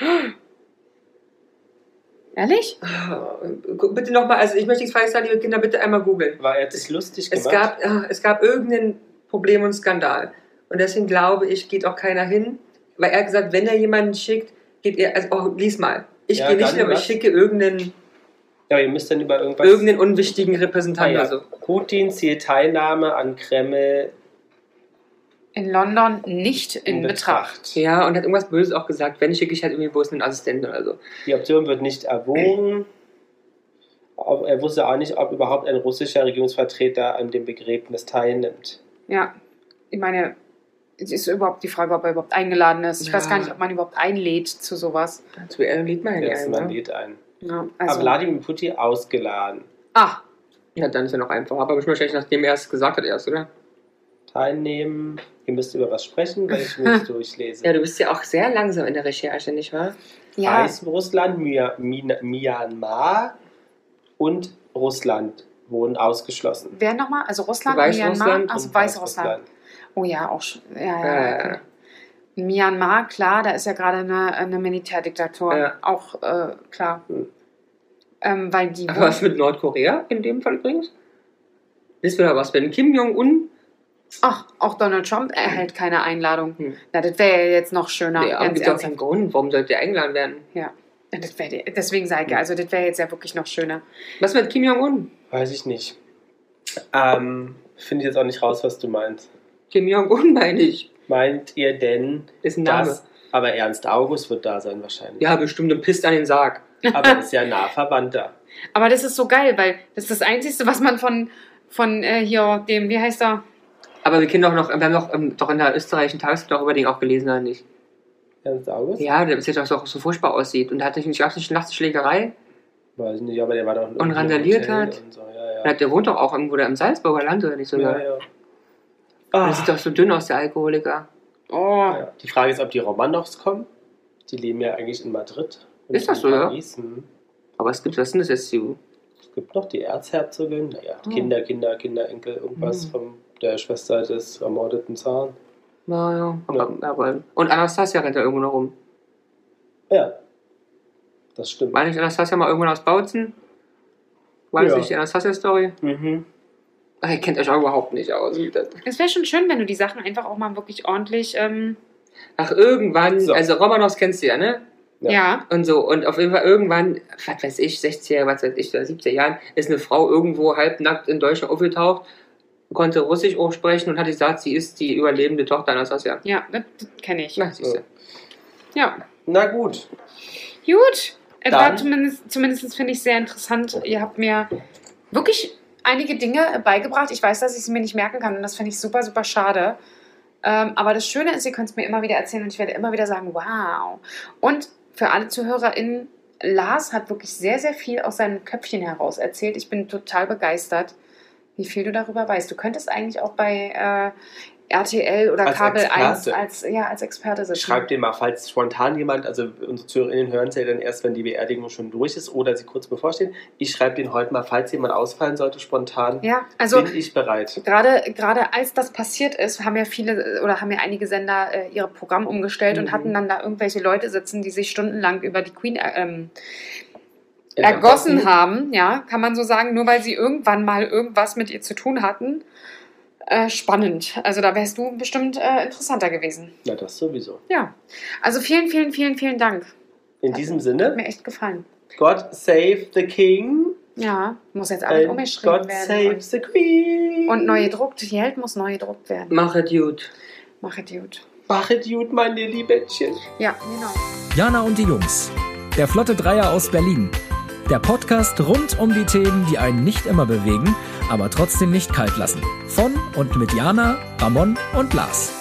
Ehrlich? Bitte nochmal, also ich möchte nichts falsch sagen, liebe Kinder, bitte einmal googeln. War er sich lustig gemacht? Es gab irgendein Problem und Skandal. Und deswegen glaube ich, geht auch keiner hin, weil er hat gesagt, wenn er jemanden schickt, geht er, lies mal. Ich gehe nicht hin, aber ich schicke irgendeinen ihr müsst dann über irgendwas... irgendeinen unwichtigen Repräsentanten. ja. Also. Putin zielt Teilnahme an Kreml In London nicht in Betracht. Ja, und hat irgendwas Böses auch gesagt. Wenn, schicke ich halt irgendwie bloß einen Assistenten oder so. Die Option wird nicht erwogen. Er wusste auch nicht, ob überhaupt ein russischer Regierungsvertreter an dem Begräbnis teilnimmt. Ja, ich meine, es ist überhaupt die Frage, ob er überhaupt eingeladen ist. Ich weiß gar nicht, ob man überhaupt einlädt zu sowas. Zu lädt man ja Man ein. lädt ein. Ja, Aber Wladimir Putin ausgeladen. Ja, dann ist ja noch einfacher. Aber wahrscheinlich nachdem er es gesagt hat erst, oder? Teilnehmen. Ihr müsst über was sprechen, weil ich mich durchlese. Ja, du bist ja auch sehr langsam in der Recherche, nicht wahr? Weißrussland, Myanmar und Russland wurden ausgeschlossen. Wer nochmal? Also Russland, Weißrussland Myanmar, also Weißrussland. Oh ja, auch schon. Ja. Myanmar, klar, da ist ja gerade eine Militärdiktatur. Ja. Auch klar. Weil die. Aber was mit Nordkorea in dem Fall übrigens? Wissen wir da was, wenn Kim Jong-un. Ach, auch Donald Trump erhält keine Einladung. Na, das wäre ja jetzt noch schöner. Ja, aber gibt doch keinen Grund. Warum sollte er eingeladen werden? Ja. Deswegen sage ich, also das wäre jetzt ja wirklich noch schöner. Was mit Kim Jong-un? Weiß ich nicht. Finde ich jetzt auch nicht raus, was du meinst. Kim Jong-un meine ich. Meint ihr denn, ist ein Name. Aber Ernst August wird da sein wahrscheinlich. Ja, bestimmt und pisst an den Sarg. Aber ist ja nah Verwandter. Aber das ist so geil, weil das ist das Einzige, was man von hier dem, wie heißt er? Aber wir haben doch in der österreichischen Tageszeitung auch über den auch gelesen, oder nicht? Ernst August? Ja, der bis jetzt auch so furchtbar aussieht. Und da hatte ich nicht nachts Schlägerei. Weiß ich nicht, aber der war doch und randaliert hat. Und so. Ja. Der wohnt doch auch irgendwo da im Salzburger Land, oder nicht sogar? Ja. Der sieht doch so dünn aus, der Alkoholiker. Oh. Ja. Die Frage ist, ob die Romanows kommen. Die leben ja eigentlich in Madrid. Ist das so, ja? Hm. Aber was sind das jetzt? Es gibt noch die Erzherzogin, Kinder, Enkel, irgendwas von der Schwester des ermordeten Zaren. Ja. Und Anastasia rennt da irgendwo noch rum. Ja, das stimmt. War nicht Anastasia mal irgendwann aus Bautzen? War das nicht die Anastasia-Story? Mhm. Ach, ihr kennt euch auch überhaupt nicht aus. Es wäre schon schön, wenn du die Sachen einfach auch mal wirklich ordentlich... Ach, irgendwann, also Romanows kennst du ja, ne? Ja. Und so, und auf jeden Fall irgendwann, was weiß ich, 60er, was weiß ich, 70er Jahren, ist eine Frau irgendwo halbnackt in Deutschland aufgetaucht, konnte Russisch auch sprechen und hat gesagt, sie ist die überlebende Tochter Anastasia. Ja, das kenne ich. Na, siehst du. Ja. Na gut. Gut. Es war zumindest finde ich sehr interessant. Ihr habt mir wirklich einige Dinge beigebracht. Ich weiß, dass ich sie mir nicht merken kann und das finde ich super, super schade. Aber das Schöne ist, ihr könnt es mir immer wieder erzählen und ich werde immer wieder sagen, wow. Und für alle ZuhörerInnen, Lars hat wirklich sehr, sehr viel aus seinem Köpfchen heraus erzählt. Ich bin total begeistert, wie viel du darüber weißt. Du könntest eigentlich auch bei RTL oder Kabel 1 als Experte sitzen. Schreibt den mal, falls spontan jemand, also unsere ZuhörerInnen hören es ja dann erst, wenn die Beerdigung schon durch ist oder sie kurz bevorsteht. Ich schreibe den heute mal, falls jemand ausfallen sollte, spontan, bin ich bereit. Gerade als das passiert ist, haben ja einige Sender ihre Programme umgestellt und hatten dann da irgendwelche Leute sitzen, die sich stundenlang über die Queen ergossen haben, ja, kann man so sagen, nur weil sie irgendwann mal irgendwas mit ihr zu tun hatten. Spannend. Also da wärst du bestimmt interessanter gewesen. Ja, das sowieso. Ja. Also vielen, vielen, vielen, vielen Dank. In diesem Sinne. Hat mir echt gefallen. God save the King. Ja, muss jetzt alles umgeschrieben werden. God save the Queen. Und neu gedruckt. Die Held muss neu gedruckt werden. Mach es gut. Mach es gut. Mach es gut, meine Liebätchen. Ja, genau. Jana und die Jungs. Der Flotte Dreier aus Berlin. Der Podcast rund um die Themen, die einen nicht immer bewegen, aber trotzdem nicht kalt lassen. Von und mit Jana, Ramon und Lars.